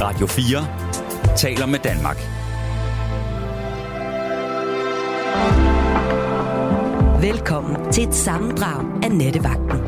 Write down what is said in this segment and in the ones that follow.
Radio 4 taler med Danmark. Velkommen til et sammendrag af Nattevagten.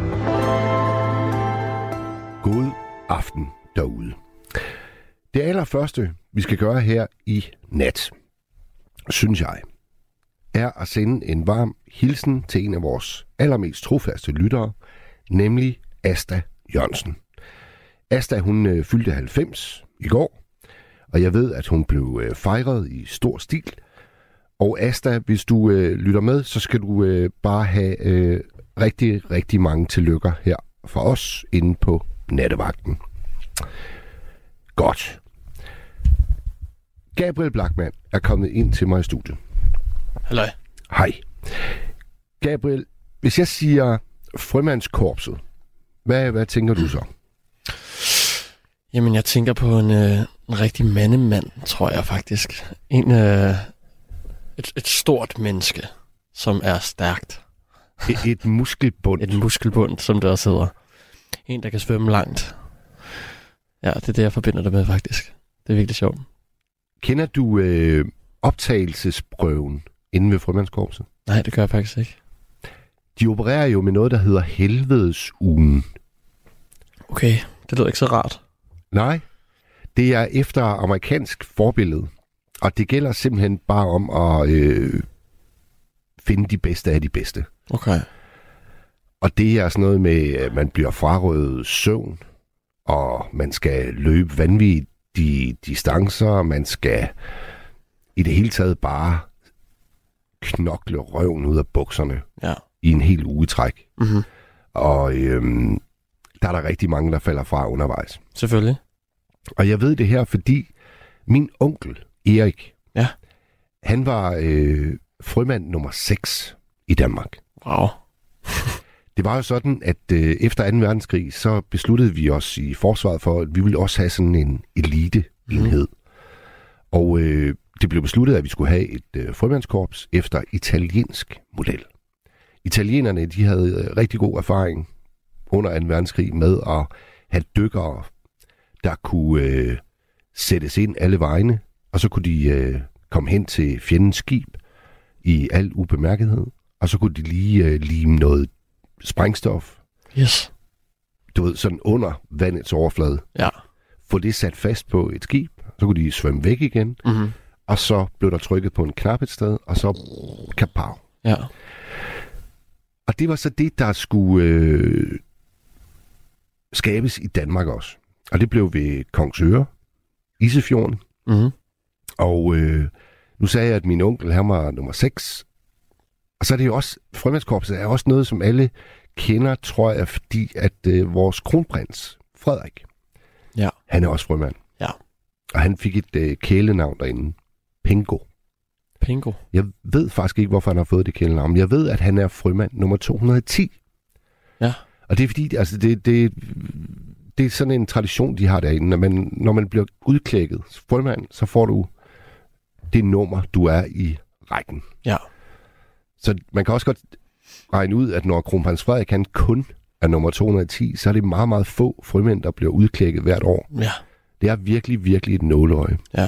God aften derude. Det allerførste, vi skal gøre her i nat, synes jeg, er at sende en varm hilsen til en af vores allermest trofaste lyttere, nemlig Asta Jørgensen. Asta, hun fyldte 90 i går, og jeg ved, at hun blev fejret i stor stil. Og Asta, hvis du lytter med, så skal du bare have rigtig, rigtig mange tillykker her fra os inde på Nattevagten. Godt. Gabriel Blachmann er kommet ind til mig i studiet. Halløj. Hej. Gabriel, hvis jeg siger Frømandskorpset, hvad tænker du så? Jamen, jeg tænker på en rigtig mandemand, tror jeg faktisk. Et stort menneske, som er stærkt. Et muskelbund. Et muskelbund, som det også hedder. En, der kan svømme langt. Ja, det er det, jeg forbinder det med, faktisk. Det er virkelig sjovt. Kender du optagelsesprøven inde ved Frømandskorpset? Nej, det gør jeg faktisk ikke. De opererer jo med noget, der hedder helvedesugen. Okay, det lyder ikke så rart. Nej, det er efter amerikansk forbillede. Og det gælder simpelthen bare om at finde de bedste af de bedste. Okay. Og det er sådan noget med, at man bliver frarøvet søvn, og man skal løbe vanvittige distancer, man skal i det hele taget bare knokle røven ud af bukserne i en hel uge træk. Mm-hmm. Og der er der rigtig mange, der falder fra undervejs. Selvfølgelig. Og jeg ved det her, fordi min onkel, Erik, han var frømand nummer 6 i Danmark. Wow. Det var jo sådan, at efter 2. verdenskrig, så besluttede vi os i forsvaret for, at vi ville også have sådan en eliteenhed. Og det blev besluttet, at vi skulle have et frømandskorps efter italiensk model. Italienerne, de havde rigtig god erfaring under 2. verdenskrig med at have dykkere, der kunne sættes ind alle vejene, og så kunne de komme hen til fjendens skib i al ubemærkethed, og så kunne de lige lime noget sprængstof. Yes. Du ved, sådan under vandets overflade. Ja. Få det sat fast på et skib, så kunne de svømme væk igen, og så blev der trykket på en knap et sted, og så kapav. Ja. Og det var så det, der skulle skabes i Danmark også. Og det blev ved Kongsøre, Isefjorden. Mm-hmm. Og nu sagde jeg, at min onkel, han var nummer 6. Og så er det jo også, Frømandskorpset er også noget, som alle kender, tror jeg, fordi at vores kronprins, Frederik, han er også frømand. Ja. Og han fik et kælenavn derinde. Pingo. Pingo? Jeg ved faktisk ikke, hvorfor han har fået det kælenavn. Jeg ved, at han er frømand nummer 210. Ja. Og det er fordi, altså det er sådan en tradition, de har derinde. Når man bliver udklækket frømand, så får du det nummer, du er i rækken. Ja. Så man kan også godt regne ud, at når kronprins Frederik han kun er nummer 210, så er det meget, meget få frømænd, der bliver udklækket hvert år. Ja. Det er virkelig, virkelig et nåleøje. Ja.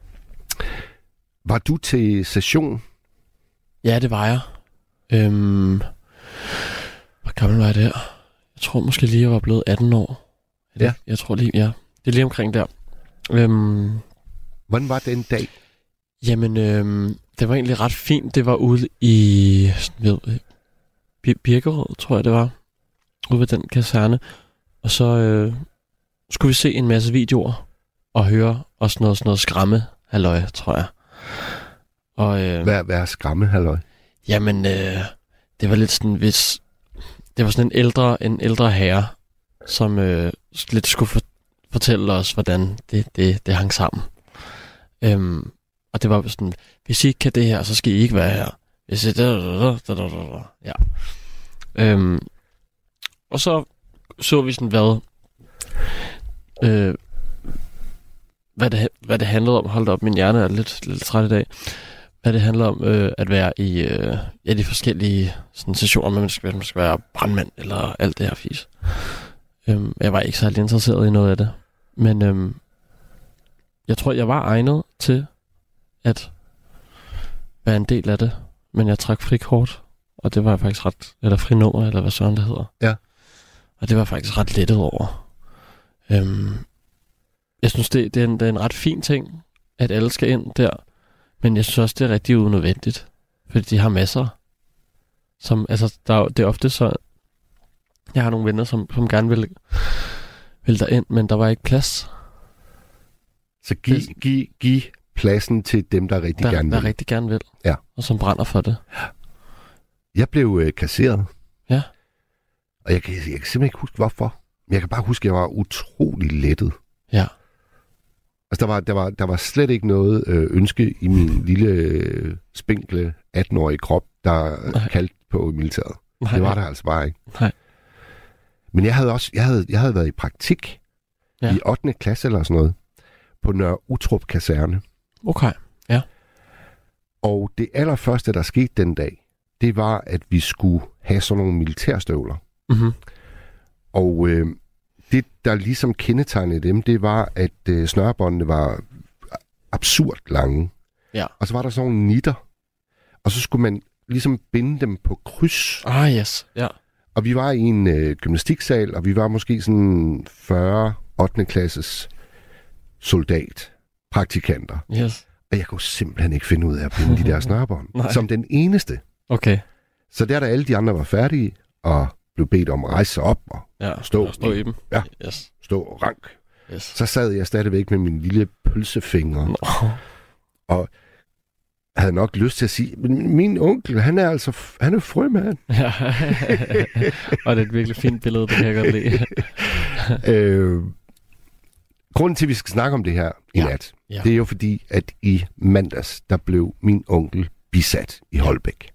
Var du til session? Ja, det var jeg. Hvor gammel var jeg der? Jeg tror måske lige, jeg var blevet 18 år. Ja. Jeg tror lige, det er lige omkring der. Hvordan var den dag? Jamen, det var egentlig ret fint. Det var ude i Birkerød, tror jeg det var. Ude ved den kaserne. Og så skulle vi se en masse videoer og høre også sådan noget skræmme halløj, tror jeg. Og, hvad er skræmme halløj? Jamen, det var lidt sådan, hvis det var sådan en ældre herre, som lidt skulle fortælle os, hvordan det hang sammen. Og det var sådan, hvis I ikke kan det her, så skal I ikke være her. Hvis I ja. Og så vi sådan, hvad det handlede om. Hold op, min hjerne er lidt træt i dag. Hvad det handler om at være i de forskellige sådan, sessioner, man skal være brandmand eller alt det her fis. Jeg var ikke særlig interesseret i noget af det. Men jeg tror, jeg var egnet til at være en del af det, men jeg trak frikort, og det var jeg faktisk ret, eller frinummer, eller hvad sådan det hedder. Ja. Og det var faktisk ret lettet over. Jeg synes, det er en ret fin ting, at alle skal ind der, men jeg synes også, det er rigtig unødvendigt, fordi de har masser. Som, altså, det er ofte så, jeg har nogle venner, som gerne vil derind, men der var ikke plads. Så giv pladsen til dem, der rigtig gerne vil. Der rigtig gerne vil. Ja. Og som brænder for det. Jeg blev kasseret. Ja. Og jeg kan simpelthen ikke huske, hvorfor. Men jeg kan bare huske, at jeg var utrolig lettet. Ja. Altså, der var slet ikke noget ønske i min lille, spinkle 18-årige krop, der kaldte på militæret. Nej. Det var der altså bare ikke. Nej. Men jeg havde været i praktik i 8. klasse eller sådan noget, på Nørre Utrup Kaserne. Okay, ja. Og det allerførste, der skete den dag, det var, at vi skulle have sådan nogle militærstøvler. Mm-hmm. Og det, der ligesom kendetegnede dem, det var, at snørebåndene var absurd lange. Ja. Og så var der sådan nogle nitter. Og så skulle man ligesom binde dem på kryds. Ah, yes. Ja. Og vi var i en gymnastiksal, og vi var måske sådan 40 8. klasses praktikanter. Yes. Og jeg kunne simpelthen ikke finde ud af at binde de der snørebånd. Som den eneste. Okay. Så der alle de andre var færdige, og blev bedt om at rejse sig op og stå i dem. Ja, yes. Stå og rank. Yes. Så sad jeg stadigvæk med mine lille pølsefingre. Og havde nok lyst til at sige, men min onkel, han er frømand. Ja, og det er et virkelig fint billede, det kan jeg godt lide. Grunden til, at vi skal snakke om det her i nat, det er jo fordi, at i mandags, der blev min onkel bisat i Holbæk.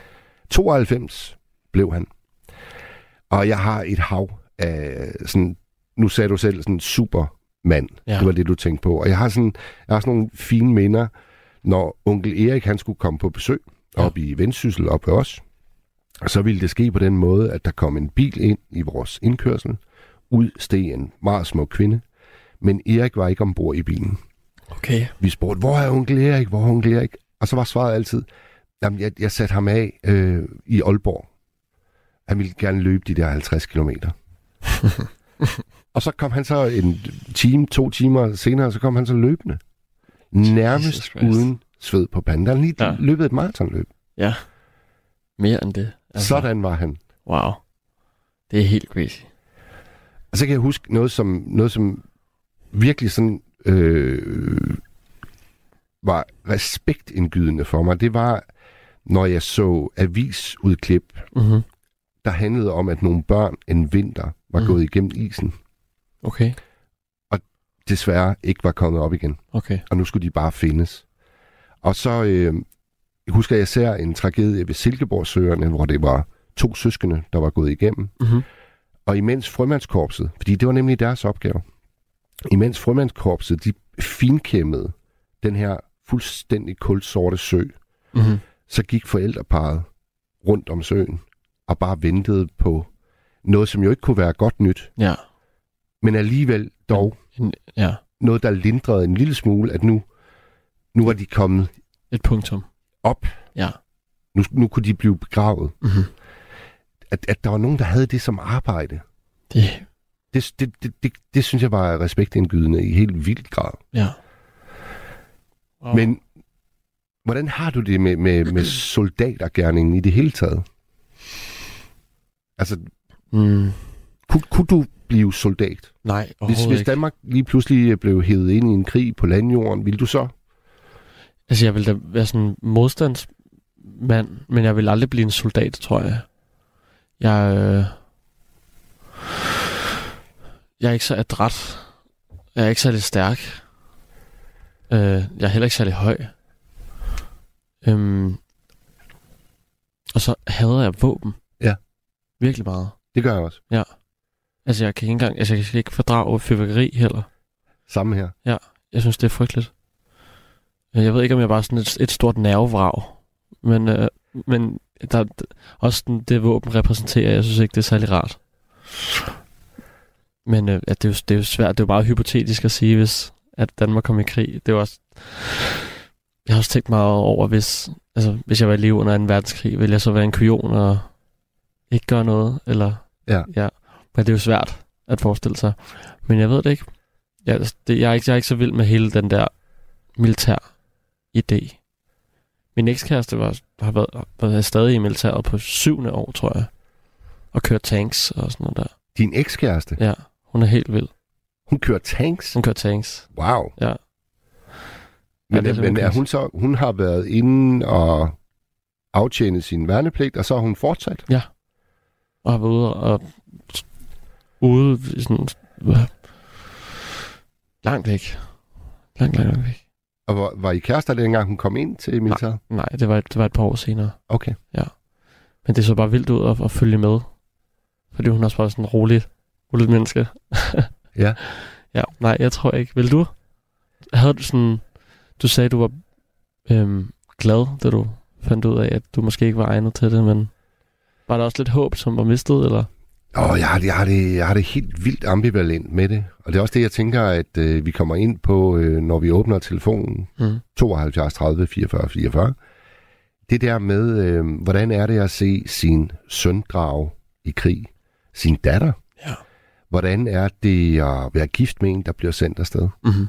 92 blev han. Og jeg har et hav af sådan, nu sagde du selv, sådan supermand. Ja. Det var det, du tænkte på. Og jeg har sådan nogle fine minder, når onkel Erik, han skulle komme på besøg op i Vendsyssel, op ved os. Og så ville det ske på den måde, at der kom en bil ind i vores indkørsel. Ud steg en meget smuk kvinde. Men Erik var ikke ombord i bilen. Okay. Vi spurgte, hvor er onkel Erik? Hvor er onkel Erik? Og så var svaret altid, jamen, jeg satte ham af i Aalborg. Han ville gerne løbe de der 50 kilometer. Og så kom han så en 2 timer senere, så kom han så løbende. Nærmest uden sved på panden. Han lige løbet et maratonløb. Ja, mere end det. Altså. Sådan var han. Wow, det er helt crazy. Og så kan jeg huske noget, som virkelig sådan var respektindgydende for mig. Det var, når jeg så avisudklip, der handlede om, at nogle børn en vinter var gået igennem isen. Okay. Og desværre ikke var kommet op igen. Okay. Og nu skulle de bare findes. Og så husker jeg ser en tragedie ved Silkeborgsøerne, hvor det var 2 søskende, der var gået igennem. Mm-hmm. Og imens frømandskorpset, fordi det var nemlig deres opgave, imens frømandskorpset, de finkæmmede den her fuldstændig kulsorte sø, så gik forældreparret rundt om søen og bare ventede på noget, som jo ikke kunne være godt nyt. Ja. Men alligevel dog noget, der lindrede en lille smule, at nu var de kommet et punktum op. Ja. Nu kunne de blive begravet. Mm-hmm. At der var nogen, der havde det som arbejde. Det synes jeg var respektindgydende i helt vildt grad. Ja. Wow. Men hvordan har du det med soldatergerningen i det hele taget? Altså, kunne du blive soldat? Nej, hvis Danmark lige pludselig blev hævet ind i en krig på landjorden, ville du så? Altså, jeg ville da være sådan en modstandsmand, men jeg ville aldrig blive en soldat, tror jeg. Jeg er ikke så adræt. Jeg er ikke særlig stærk. Jeg er heller ikke særlig høj. Og så hader jeg våben. Ja. Virkelig meget. Det gør jeg også. Ja. Altså, jeg kan ikke fordrage fyrværkeri heller. Samme her. Ja, jeg synes, det er frygteligt. Jeg ved ikke, om jeg bare er sådan et stort nervevrag. Men der også det våben repræsenterer, jeg synes ikke, det er særlig rart. Men det er jo svært. Det er jo bare hypotetisk at sige, hvis at Danmark kom i krig. Det var også... Jeg har også tænkt meget over, hvis jeg var i live under 2. verdenskrig, ville jeg så være en kujon og ikke gøre noget, eller... Ja. Men det er jo svært at forestille sig. Men jeg ved det ikke. Jeg er ikke så vild med hele den der militær idé. Min ekskæreste har været stadig i militæret på 7. år, tror jeg. Og kører tanks og sådan noget der. Din ekskæreste? Ja, hun er helt vild. Hun kører tanks? Hun kører tanks. Wow. Ja. Men er hun så... Hun har været inde og aftjene sin værnepligt, og så har hun fortsat? Ja. Og har været ude sådan... Langt væk. Langt væk. Og var I kærester dengang, hun kom ind til militæret? Nej, det var et par år senere. Okay. Ja. Men det så bare vildt ud at følge med. Fordi hun også var sådan en roligt menneske. Ja. Ja, nej, jeg tror ikke. Vil du? Havde du sådan... Du sagde, du var glad, da du fandt ud af, at du måske ikke var egnet til det, men var der også lidt håb, som var mistet, eller? Jeg har det helt vildt ambivalent med det. Og det er også det, jeg tænker, at vi kommer ind på, når vi åbner telefonen 72 30 44 44. Det der med, hvordan er det at se sin søn drage i krig? Sin datter? Ja. Hvordan er det at være gift med en, der bliver sendt afsted?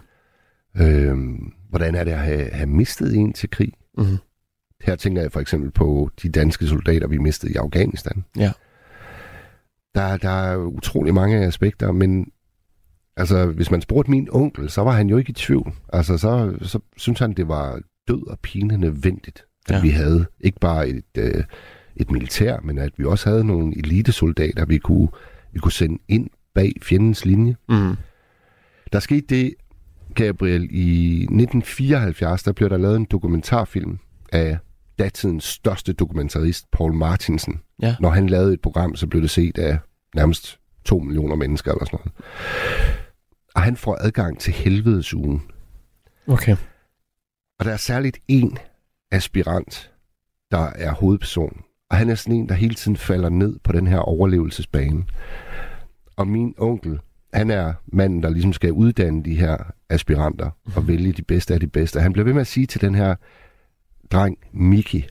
Hvordan er det at have mistet en til krig? Her tænker jeg for eksempel på de danske soldater, vi mistede i Afghanistan. Ja. Der er utrolig mange aspekter, men altså, hvis man spurgte min onkel, så var han jo ikke i tvivl. Altså, så synes han, det var død og pine nødvendigt, at vi havde ikke bare et militær, men at vi også havde nogle elitesoldater, vi kunne sende ind bag fjendens linje. Der skete det, Gabriel, i 1974, der blev der lavet en dokumentarfilm af datidens største dokumentarist, Poul Martinsen. Ja. Når han lavede et program, så blev det set af nærmest 2 millioner mennesker eller sådan noget. Og han får adgang til helvedesugen. Okay. Og der er særligt en aspirant, der er hovedperson. Og han er sådan en, der hele tiden falder ned på den her overlevelsesbane. Og min onkel, han er manden, der ligesom skal uddanne de her aspiranter og vælge de bedste af de bedste. Og han bliver ved med at sige til den her dreng, Miki,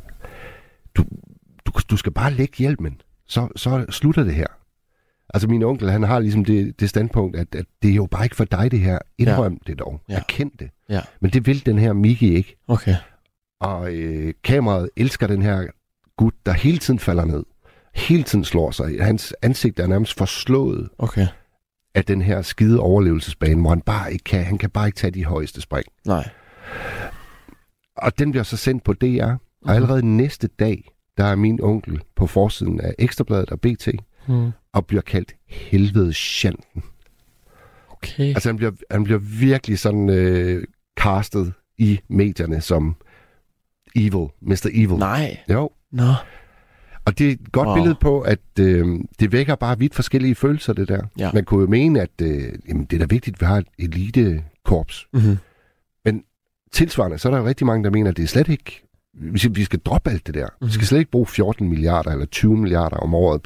du skal bare lægge hjelmen, så slutter det her. Altså min onkel, han har ligesom det standpunkt, at det er jo bare ikke for dig det her. Indrøm det dog. Erkend det. Ja. Men det vil den her Miki ikke. Okay. Og kameraet elsker den her gut, der hele tiden falder ned. Hele tiden slår sig. Hans ansigt er nærmest forslået af den her skide overlevelsesbane, hvor han kan bare ikke tage de højeste spring. Nej. Og den bliver så sendt på DR. Og allerede næste dag, der er min onkel på forsiden af Ekstrabladet og BT, og bliver kaldt helvedesjanten. Okay. Altså han bliver virkelig sådan castet i medierne som evil, Mr. Evil. Nej. Jo. Nå. Og det er et godt billede på, at det vækker bare vidt forskellige følelser, det der. Ja. Man kunne jo mene, at det er da vigtigt, at vi har et elitekorps. Men tilsvarende, så er der jo rigtig mange, der mener, at det er slet ikke... Vi skal droppe alt det der. Vi skal slet ikke bruge 14 milliarder eller 20 milliarder om året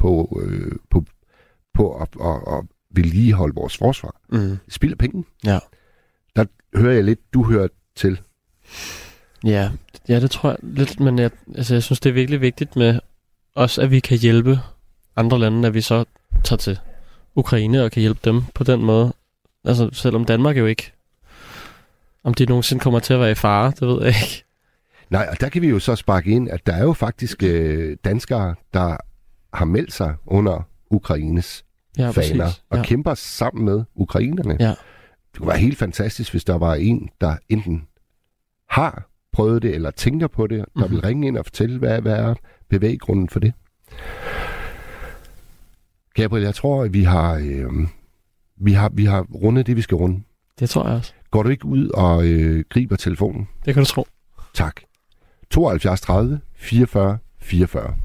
på at vedligeholde vores forsvar. Spilder penge. Ja. Der hører jeg lidt, du hører til. Ja, det tror jeg lidt, men jeg synes, det er virkelig vigtigt med også, at vi kan hjælpe andre lande, at vi så tager til Ukraine og kan hjælpe dem på den måde. Altså, selvom Danmark jo ikke, om de nogensinde kommer til at være i fare, det ved jeg ikke. Nej, og der kan vi jo så sparke ind, at der er jo faktisk danskere, der har meldt sig under Ukraines faner og kæmper sammen med ukrainerne. Ja. Det kunne være helt fantastisk, hvis der var en, der enten har prøvet det, eller tænker på det, der vil ringe ind og fortælle, hvad er bevæggrunden for det. Gabriel, jeg tror, at vi har rundet det, vi skal runde. Det tror jeg også. Går du ikke ud og griber telefonen? Det kan du tro. Tak. 72 30 44 44.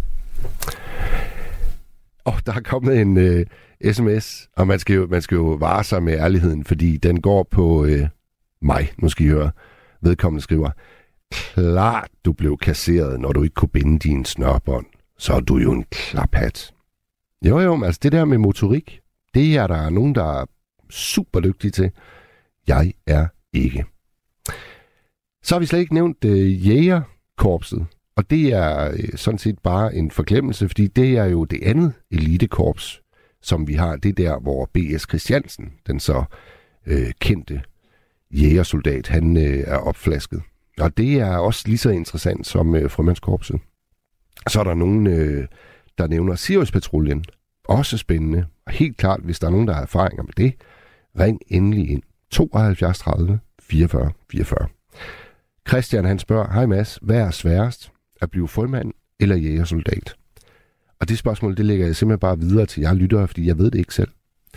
Der er kommet en sms, og man skal jo vare sig med ærligheden, fordi den går på mig. Nu skal I høre. Vedkommende skriver: klart, du blev kasseret, når du ikke kunne binde din snørbånd. Så er du jo en klaphat. Jo, altså det der med motorik, det er der nogen, der er super dygtige til. jeg er ikke. Så har vi slet ikke nævnt jægerkorpset, og det er sådan set bare en forglemmelse, fordi det er jo det andet elitekorps, som vi har. Det er der, hvor B.S. Christiansen, den så kendte jægersoldat, han er opflasket. Og det er også lige så interessant som frømandskorpset. Så er der nogen, der nævner Sirius-patruljen. Også spændende. Og helt klart, hvis der er nogen, der har erfaringer med det, ring endelig ind. 72 30 44 44. Christian, han spørger, hej Mads, hvad er sværest? At blive frømand eller jægersoldat? Og det spørgsmål, det lægger jeg simpelthen bare videre til jer lyttere, fordi jeg ved det ikke selv.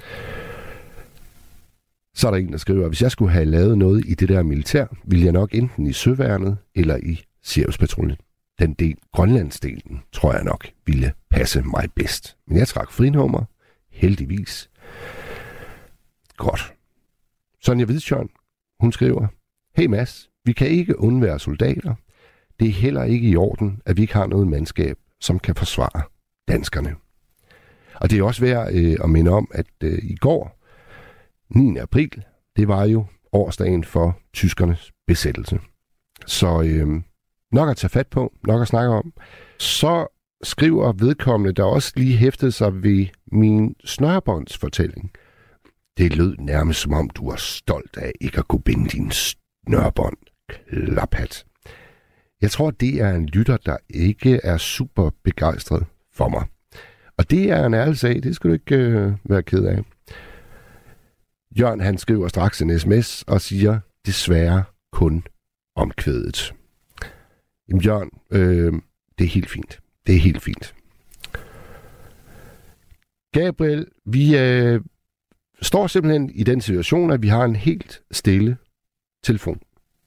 Så er der en, der skriver, at hvis jeg skulle have lavet noget i det der militær, ville jeg nok enten i Søværnet eller i Sirius-patruljen. Den del, Grønlandsdelen, tror jeg nok ville passe mig bedst. Men jeg trak frinummer, heldigvis. Godt. Sonja Hvidtjørn, hun skriver, hey Mads, vi kan ikke undvære soldater. Det er heller ikke i orden, at vi ikke har noget mandskab, som kan forsvare danskerne. Og det er også værd at minde om, at i går, 9. april, det var jo årsdagen for tyskernes besættelse. Så nok at tage fat på, nok at snakke om. Så skriver vedkommende, der også lige hæftede sig ved min snørebåndsfortælling. Det lød nærmest som om, du er stolt af ikke at kunne binde din snørebånd. Klaphat. Jeg tror, det er en lytter, der ikke er super begejstret for mig. Og det er en ærlig sag, det skal du ikke være ked af. Jørgen, han skriver straks en sms og siger, desværre kun omkvædet. Jamen Jørgen, det er helt fint. Det er helt fint. Gabriel, vi står simpelthen i den situation, at vi har en helt stille telefon.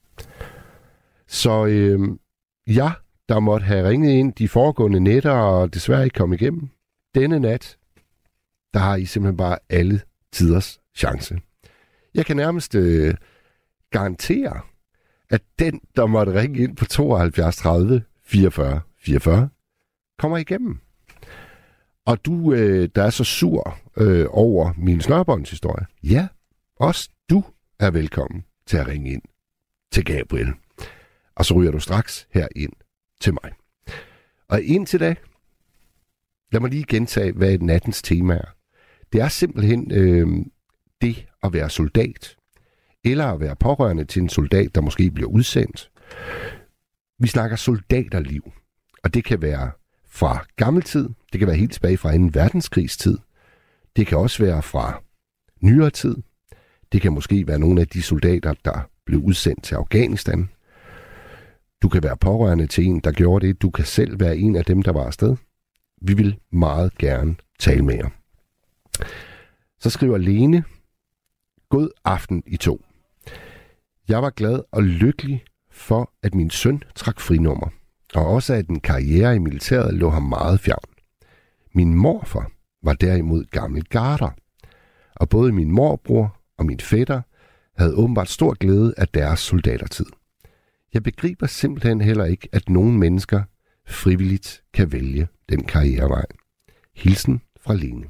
Så jeg, der måtte have ringet ind de foregående nætter og desværre ikke komme igennem, denne nat, der har I simpelthen bare alle tiders chance. Jeg kan nærmest garantere, at den, der måtte ringe ind på 72 30 44 44, kommer igennem. Og du, der er så sur over min snørbåndshistorie, ja, også du er velkommen til at ringe ind til Gabriel. Og så ryger du straks herind til mig. Og indtil da, lad mig lige gentage, hvad nattens tema er. Det er simpelthen det at være soldat, eller at være pårørende til en soldat, der måske bliver udsendt. Vi snakker soldaterliv, og det kan være fra gammel tid, det kan være helt tilbage fra 2. verdenskrigstid, det kan også være fra nyere tid, det kan måske være nogle af de soldater, der blev udsendt til Afghanistan. Du kan være pårørende til en, der gjorde det. Du kan selv være en af dem, der var afsted. Vi vil meget gerne tale med jer. Så skriver Lene, god aften I to. Jeg var glad og lykkelig for, at min søn trak frinummer, og også at en karriere i militæret lå ham meget fjern. Min morfar var derimod gammel garder, og både min morbror og min fætter havde åbenbart stor glæde af deres soldatertid. Jeg begriber simpelthen heller ikke, at nogle mennesker frivilligt kan vælge den karrierevej. Hilsen fra Lene.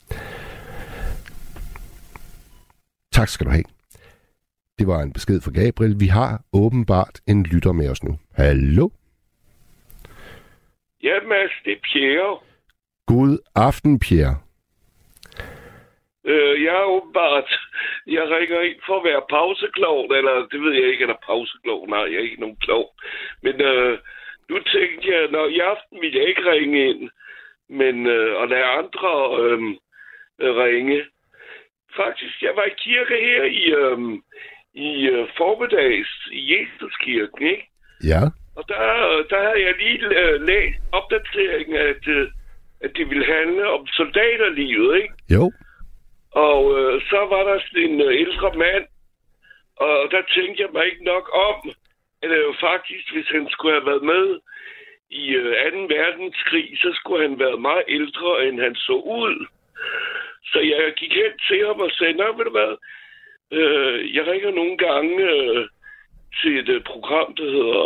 Tak skal du have. Det var en besked fra Gabriel. Vi har åbenbart en lytter med os nu. Hallo? Ja, Mads, det er Pierre. God aften, Pierre. Jeg er åbenbart... Jeg ringer ind for at være pauseklovn, eller det ved jeg ikke, eller pauseklovn. Nej, jeg er ikke nogen klovn. Men nu tænkte jeg, når i aften vil jeg ikke ringe ind, men at lade andre ringe. Faktisk, jeg var i kirke her i formiddags i Jesuskirken, ikke? Ja. Og der havde jeg lige læst opdateringen, at det ville handle om soldaterlivet, ikke? Jo. Og så var der sådan en ældre mand, og der tænkte jeg mig ikke nok om, at faktisk, hvis han skulle have været med i 2. verdenskrig, så skulle han være meget ældre, end han så ud. Så jeg gik hen til ham og sagde, ved du hvad, jeg ringer nogle gange til et program, der hedder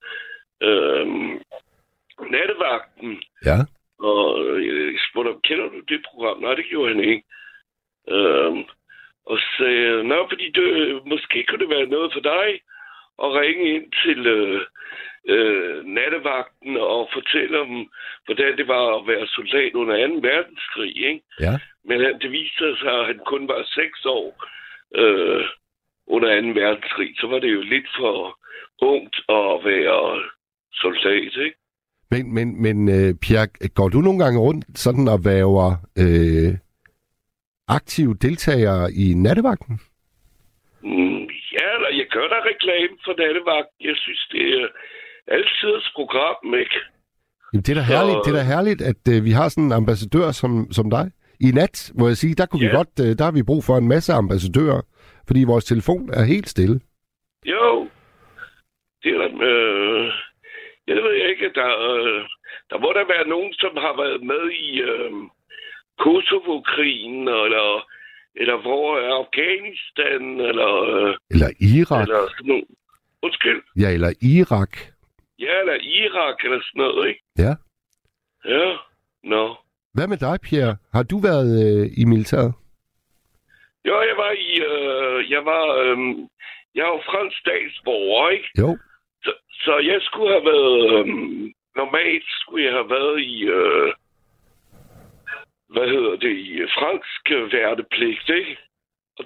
Nattevagten. Ja. Og jeg spurgte, kender du det program? Nej, det gjorde han ikke. og sagde, fordi måske kunne det være noget for dig at ringe ind til nattevagten og fortælle om, hvordan det var at være soldat under 2. verdenskrig, ikke? Ja. Men det viste sig, at han kun var 6 år under 2. verdenskrig. Så var det jo lidt for ungt at være soldat, ikke? Men Pierre, går du nogle gange rundt sådan og væver aktive deltagere i nattevagten? Ja, eller jeg gør der reklame for nattevagten. Jeg synes, det er altid et program, ikke? Jamen, det er da herligt, det er da herligt, at vi har sådan en ambassadør som dig. I nat, må jeg sige, der kunne vi godt, der har vi brug for en masse ambassadører, fordi vores telefon er helt stille. Jo, det er jeg ved ikke, der må der være nogen, som har været med i Kosovo-krigen, eller hvor er Afghanistan, eller Irak. Eller sådan noget. Undskyld. Ja, eller Irak. Ja, eller Irak, eller sådan noget, ikke? Ja. Ja, no. Hvad med dig, Pierre? Har du været i militæret? Jo, jeg er jo fransk statsborger, ikke? Jo. Så jeg skulle have været... normalt skulle jeg have været i... i fransk værnepligt, ikke? Og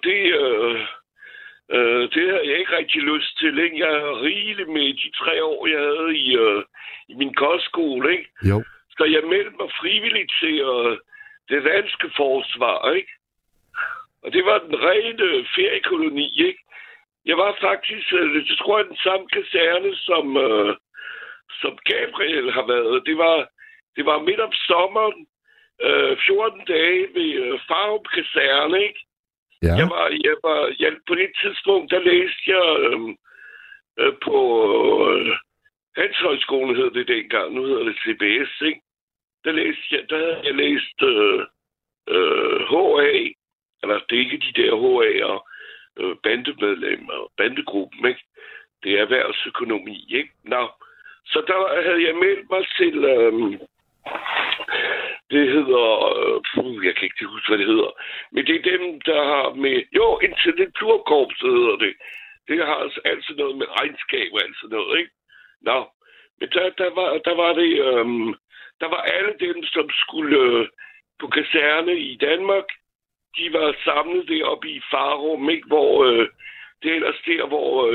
det havde jeg ikke rigtig lyst til, ikke? Jeg havde rigeligt med de 3 år, jeg havde i min kostskole, ikke? Jo. Så jeg meldte mig frivilligt til det danske forsvar, ikke? Og det var den rene feriekoloni, ikke? Jeg var faktisk, det tror jeg, den samme kaserne, som Gabriel har været. Det var midt om sommeren, 14 dage ved Farum Kaserne, ikke? Ja. På det tidspunkt, der læste jeg på Handelshøjskolen, hed det dengang. Nu hedder det CBS, ikke? Der havde jeg læst HA, eller det er ikke de der HA'er, bandemedlemmer, bandegruppen, ikke? Det er erhvervsøkonomi, ikke? Nå, så der havde jeg meldt mig til, det hedder, jeg kan ikke huske, hvad det hedder, men det er dem, der har med, intellekturkorpset hedder det. Det har altså altid noget med regnskab og alt sådan noget, ikke? Nå, men der var alle dem, som skulle på kaserne i Danmark, de var samlet deroppe i Farum, ikke? Hvor det er ellers der, hvor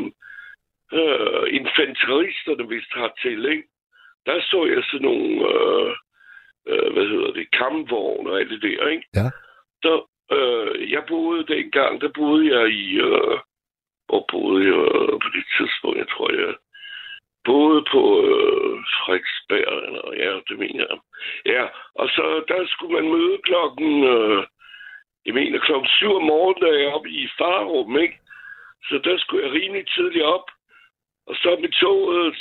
infanteristerne vist har til, ikke? Der så jeg sådan nogle, kampvogne og alt det der, ikke? Ja. Så jeg boede dengang, der boede jeg i, hvor boede jeg på det tidspunkt, jeg tror jeg boede på Frederiksberg, eller ja, det mener jeg. Ja, og så der skulle man møde klokken 7 om morgenen, der er oppe i Farum, ikke? Så der skulle jeg rimelig tidligt op, og så med toget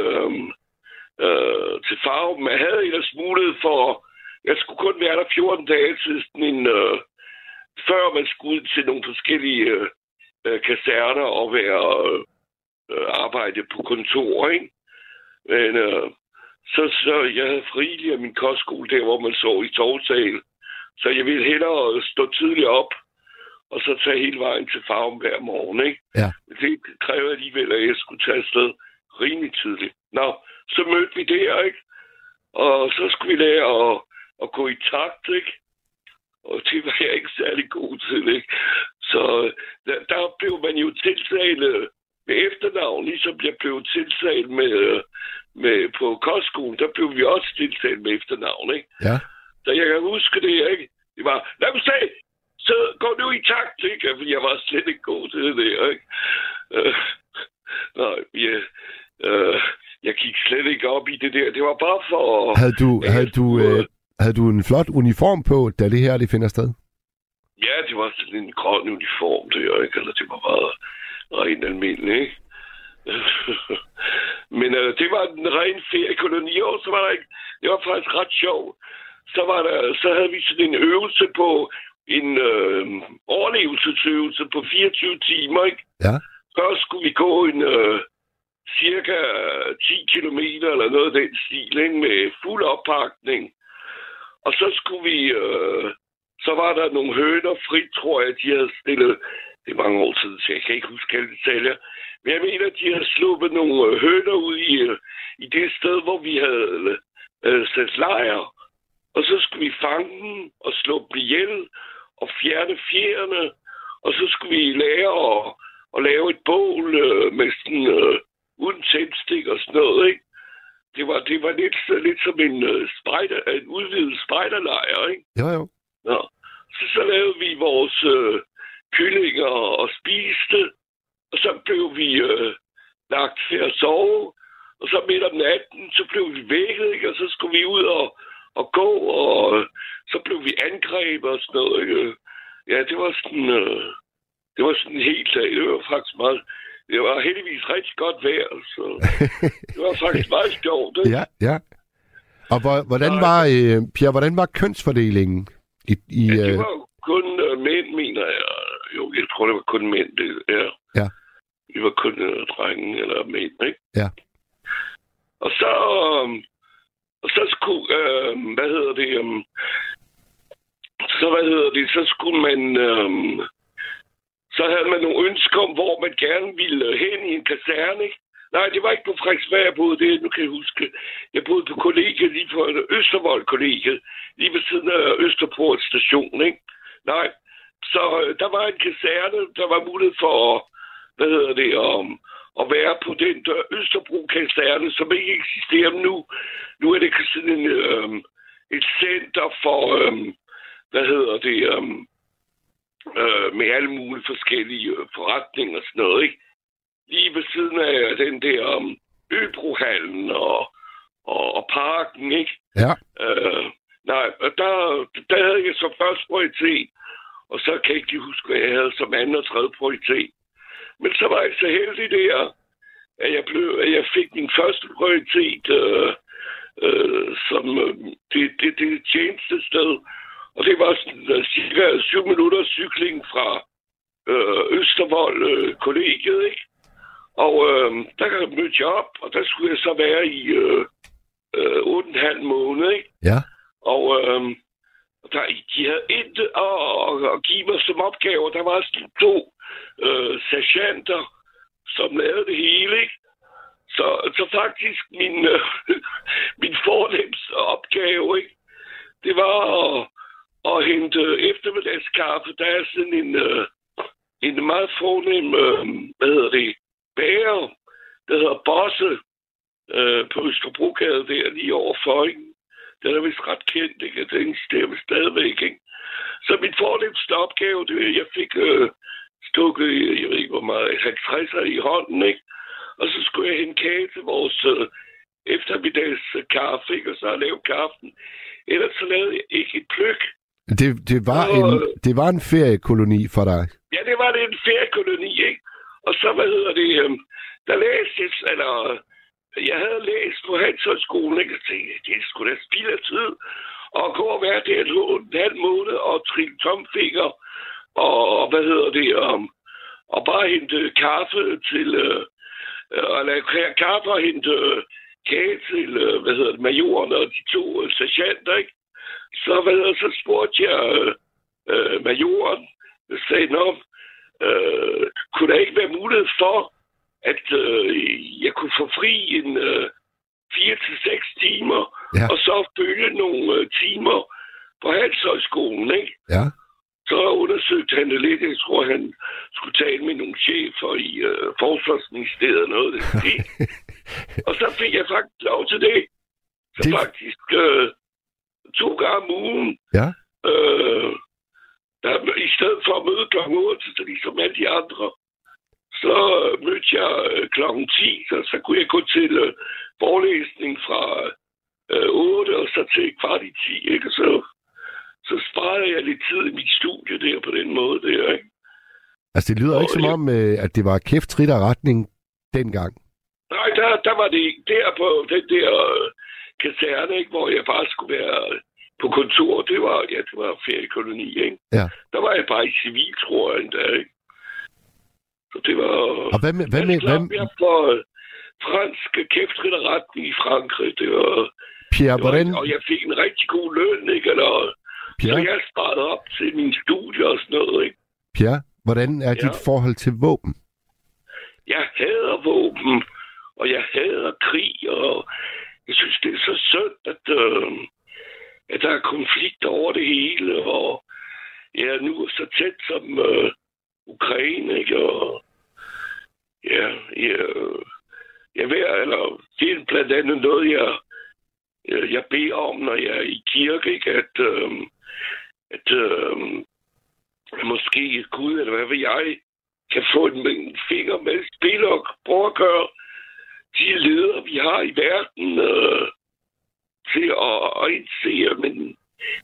til Farum. Jeg havde ellers mulighed for, jeg skulle kun være der 14 dage til sådan en, før man skulle ud til nogle forskellige kaserner og arbejde på kontor, ikke? Men så jeg havde frivillig af min kostskole der, hvor man så i togsal. Så jeg ville hellere stå tidligt op, og så tage hele vejen til Farum hver morgen, ikke? Ja. Det kræver alligevel, at jeg skulle tage afsted rimelig tidligt. Nå, så mødte vi der, ikke? Og så skulle vi lære at gå i takt, ikke? Og det var jeg ikke særlig god til, ikke? Så der blev man jo tiltalt med efternavn, ligesom jeg blev tiltalt med på kostskolen, der blev vi også tiltalt med efternavn, ikke? Ja. Så jeg kan huske det, ikke? Det var, lad mig se, så går du i takt, ikke? For jeg var slet ikke god til det der, ikke? Jeg gik slet ikke op i det der. Det var bare for... Havde du en flot uniform på, da det her det finder sted? Ja, det var sådan en grøn uniform, det jo, ikke? Eller det var bare rent almindelig, ikke? Men det var en ren feriekoloni, og så var der ikke... Det var faktisk ret sjovt. Så havde vi sådan en øvelse på en overlevelsesøvelse på 24 timer, ikke? Ja. Først skulle vi gå en cirka 10 kilometer eller noget af den stil, ikke? Med fuld oppakning. Og så skulle vi Så var der nogle høner frit, tror jeg, de havde stillet. Det er mange år siden, så jeg kan ikke huske alle detaljer. Men jeg mener, de havde sluppet nogle høner ud i det sted, hvor vi havde sat lejr. Og så skulle vi fange dem og slå dem ihjel og fjerne fjerne. Og så skulle vi lære at lave et bål med sådan uden tændstik og sådan noget, ikke? Det var lidt som en udvidet spejderlejr, ikke? Jo. Ja. Så lavede vi vores kyllinger og spiste, og så blev vi lagt til at sove, og så midt om natten, så blev vi vækket, ikke? Og så skulle vi ud og gå, og så blev vi angrebet og sådan noget, ikke? Ja, det var sådan helt, det var faktisk meget, det var heldigvis rigtig godt vejr, så det var faktisk meget sjovt, ikke? Ja. Og Pierre, hvordan var kønsfordelingen? Det var kun mænd, mener jeg. Jo, jeg tror, det var kun mænd, det er. Ja. Det var kun drenge eller mænd, ikke? Ja. Og så skulle, så skulle man, så havde man nogle ønsker om, hvor man gerne ville hen i en kaserne, ikke? Nej, det var ikke på Frederiksberg, jeg boede det. Nu kan jeg huske. Jeg boede på kollegiet lige på Østervold-kollegiet. Lige ved siden af Østerport station, ikke? Nej. Så der var en kaserne, der var mulighed for at være på den der Østerbro-kaserne, som ikke eksisterer nu. Nu er det sådan et center for, med alle mulige forskellige forretninger og sådan noget, ikke? Lige ved siden af den der Øbrohallen og parken, ikke? Ja. Der havde jeg så først prioritet, og så kan jeg ikke lige huske, hvad jeg havde som anden og tredje prioritet. Men så var jeg så heldig der, at jeg fik min første prioritet som det tjeneste sted. Og det var sådan, cirka 7 minutter cykling fra Østervold kollegiet, ikke? Og der mødte jeg op, og der skulle jeg så være i 8,5 måneder, ikke? Ja. Og de havde intet at give mig som opgave. Der var sådan 2 sergeanter, som lavede det hele, ikke? Så faktisk min fornemmeste opgave, ikke? Det var at hente eftermiddagskaffe. Der er sådan en meget fornem, bager, der hedder Bosse, på Østerbrogade der lige overfor, ikke? Den er vist ret kendt, ikke? Den stemmer stadigvæk, ikke? Så min fornemmeste opgave, det jeg fik stukket, jeg ved ikke hvor meget, 50'er i hånden, ikke? Og så skulle jeg hente kage til vores eftermiddagskaffe, ikke? Og så lave kaffen. Ellers så lavede jeg ikke et pløk. Det var en feriekoloni for dig? Ja, det var en feriekoloni, ikke? Og så, der læste jeg, jeg havde læst på Handelshøjskolen, ikke? Og tænkte, det skulle da spild af tid. Og gå og være der 8,5 måneder og trille tomfinger. Og og bare hente kaffe til, og lave kaffe og hente kage til, majoren og de 2 sergeanter, ikke? Så spurgte jeg majoren, sagde, kunne der ikke være mulighed for, at jeg kunne få fri en 4 til 6 timer, ja. Og så følge nogle timer på Handelshøjskolen, ikke? Ja. Så undersøgte han det lidt. Jeg tror, han skulle tale med nogle chefer i Forsvarsministeriet og noget. Og så fik jeg faktisk lov til det. Så faktisk 2 gange om ugen. Ja. I stedet for at møde kl. 8, så ligesom alle de andre, så mødte jeg kl. 10, så kunne jeg gå til forelæsning fra 8 og så til 9:15, ikke? Så sparede jeg lidt tid i mit studie der på den måde der, ikke? Altså, det lyder ikke som om, at det var kæftrit af retning dengang. Nej, der var det ikke. Der på den der kaserne, ikke, hvor jeg bare skulle være på kontor, det var feriekoloni, ikke? Ja. Der var jeg bare i civil, tror jeg endda, ikke? Så det var... Og hvad jeg for fransk kæftrit af retning i Frankrig, det var... Pierre, hvordan... Og jeg fik en rigtig god løn, ikke? Eller Pierre? Så jeg sparede op til min studie og sådan noget, ikke? Pierre, hvordan er dit forhold til våben? Jeg hader våben, og jeg hader krig, og jeg synes, det er så synd, at der er konflikter over det hele, og jeg er nu så tæt som Ukraine, ikke? Og det er blandt andet noget, jeg beder om, når jeg er i kirke, ikke? At måske Gud, eller hvad ved jeg, kan få en finger med et spil og prøve at gøre de ledere, vi har i verden, til at indse, men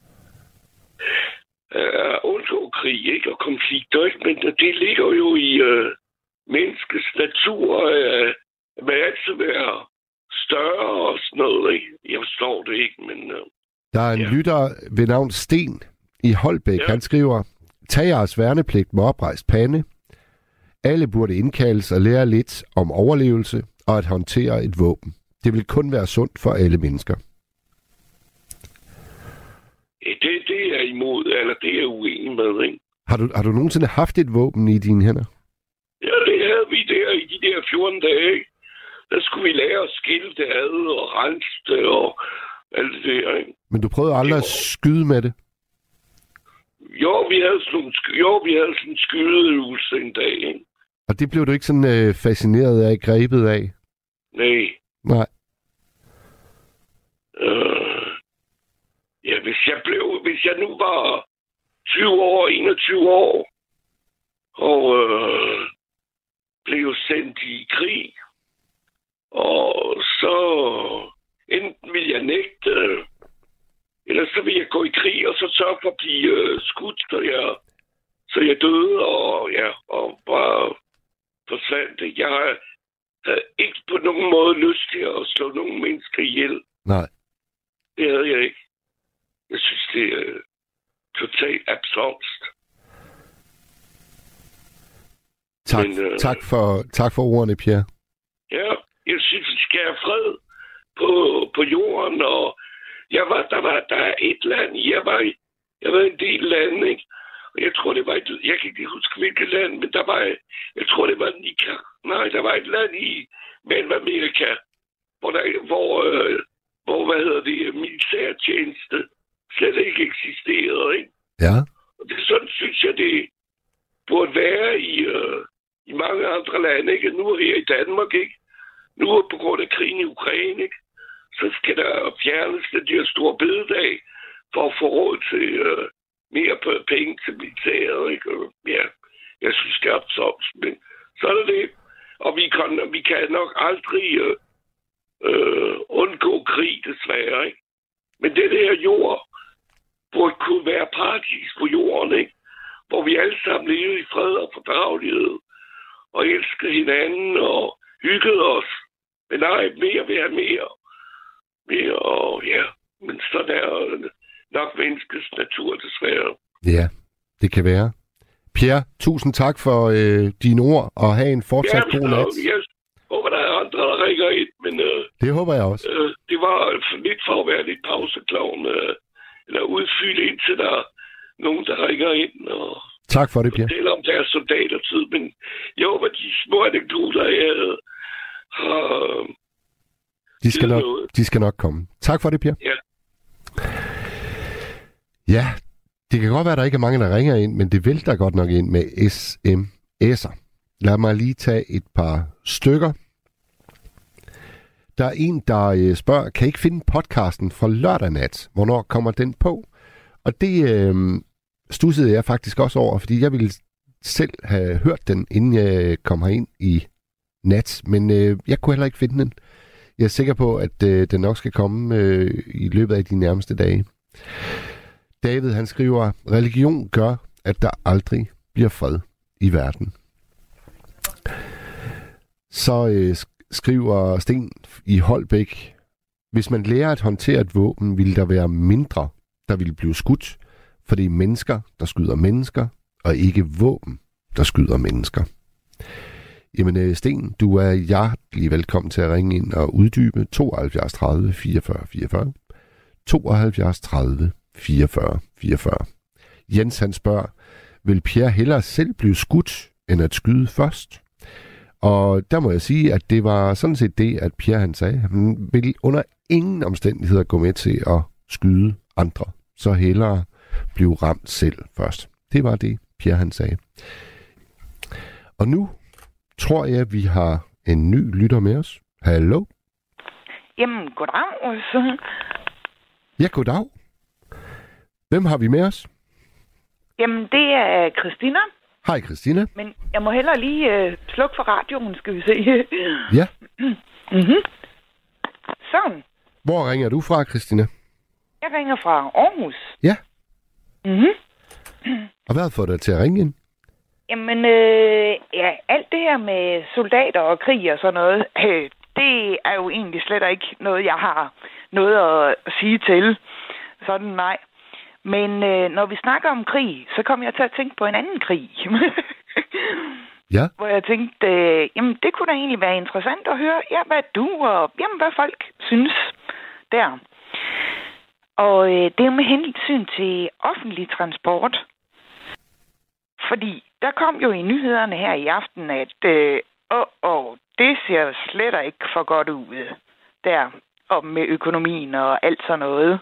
undgå krig, ikke? Og konflikter, ikke? Men det ligger jo i menneskets natur, at man altid være større og sådan noget, ikke? Jeg forstår det ikke, men... Der er en lytter ved navn Sten i Holbæk. Ja. Han skriver, tag jeres værnepligt med oprejst pande. Alle burde indkaldes og lære lidt om overlevelse og at håndtere et våben. Det vil kun være sundt for alle mennesker. Det er imod, eller det er jeg uenig med, ikke? Har du nogensinde haft et våben i dine hænder? Ja, det havde vi der i de der 14 dage, ikke? Der skulle vi lære at skille det ad og rense det og alt det der, ikke? Men du prøvede aldrig at skyde med det? Jo, vi havde sådan en skydeøvelse en dag, ikke? Og det blev du ikke sådan fascineret af, grebet af? Nej. Ja, hvis jeg nu var 21 år, og blev sendt i krig, og så enten ville jeg nægte, eller så ville jeg gå i krig, og så sørge for at blive skudt, så jeg døde, og bare forsvandt. Jeg havde ikke på nogen måde lyst til at slå nogen mennesker ihjel. Nej. Det havde jeg ikke. Jeg synes, det er totalt absurd. Tak for ordene, Pierre. Ja, jeg synes, vi skal have fred på jorden, og der er et land, jeg var en del lande, ikke? Og jeg tror, det var jeg kan ikke huske, hvilket land, men jeg tror, det var Nika. Nej, der var et land i Mellemamerika, hvor militærtjeneste slet ikke eksisterede, ikke? Ja. Og det sådan synes jeg, det burde være i mange andre lande, ikke? Nu her i Danmark, ikke? Nu på grund af krigen i Ukraine, ikke? Så skal der fjernes den der store bededag for at få råd til mere penge til militæret, ikke? Ja, jeg synes, det er absurd, men så er det. Og vi kan nok aldrig undgå krig, desværre, ikke? Men det der jord burde kunne være paradis på jorden, ikke? Hvor vi alle sammen levede i fred og fordragelighed og elskede hinanden og hyggede os. Men nej, mere vil have mere. Og ja, men sådan er nok menneskets natur, desværre. Ja, det kan være. Pierre, tusind tak for dine ord, og have en fortsat god nat. Jeg håber, der er andre, der ringer ind, men... det håber jeg også. Det var lidt for at være lidt pauseklovn, eller udfylde indtil der er nogen, der ringer ind, og... Tak for det, Pierre. Fortæller om deres soldatertid, men jeg håber, de små anekdoter, jeg har... De skal nok komme. Tak for det, Pierre. Ja. Ja, det kan godt være, at der ikke er mange, der ringer ind, men det vælter godt nok ind med sms'er. Lad mig lige tage et par stykker. Der er en, der spørger, kan I ikke finde podcasten fra lørdag nat? Hvornår kommer den på? Og det stussede jeg faktisk også over, fordi jeg ville selv have hørt den, inden jeg kom herind i nat. Men jeg kunne heller ikke finde den. Jeg er sikker på, at den nok skal komme i løbet af de nærmeste dage. David, han skriver, religion gør, at der aldrig bliver fred i verden. Så skriver Sten i Holbæk, hvis man lærer at håndtere et våben, vil der være mindre, der vil blive skudt, for det er mennesker, der skyder mennesker, og ikke våben, der skyder mennesker. Jamen Sten, du er hjertelig velkommen til at ringe ind og uddybe 72 30 44 44, 72 30 44 44. Jens han spørger, vil Pierre hellere selv blive skudt, end at skyde først? Og der må jeg sige, at det var sådan set det, at Pierre han sagde. Han vil under ingen omstændigheder gå med til at skyde andre. Så hellere blive ramt selv først. Det var det, Pierre han sagde. Og nu tror jeg, vi har en ny lytter med os. Hallo? Jamen, goddag. Ja, goddag. Hvem har vi med os? Jamen, det er Christina. Hej, Christina. Men jeg må hellere lige slukke for radioen, skal vi se. Ja. Mm-hmm. Sådan. Hvor ringer du fra, Christina? Jeg ringer fra Aarhus. Ja. Mhm. Og hvad har fået dig til at ringe ind? Jamen, ja, alt det her med soldater og krig og sådan noget, det er jo egentlig slet ikke noget, jeg har noget at sige til. Sådan nej. Men når vi snakker om krig, så kom jeg til at tænke på en anden krig. Ja. Hvor jeg tænkte, jamen det kunne da egentlig være interessant at høre, ja, hvad du og jamen, hvad folk synes der. Og det er med hensyn til offentlig transport. Fordi der kom jo i nyhederne her i aften, at det ser slet ikke for godt ud der, og med økonomien og alt sådan noget.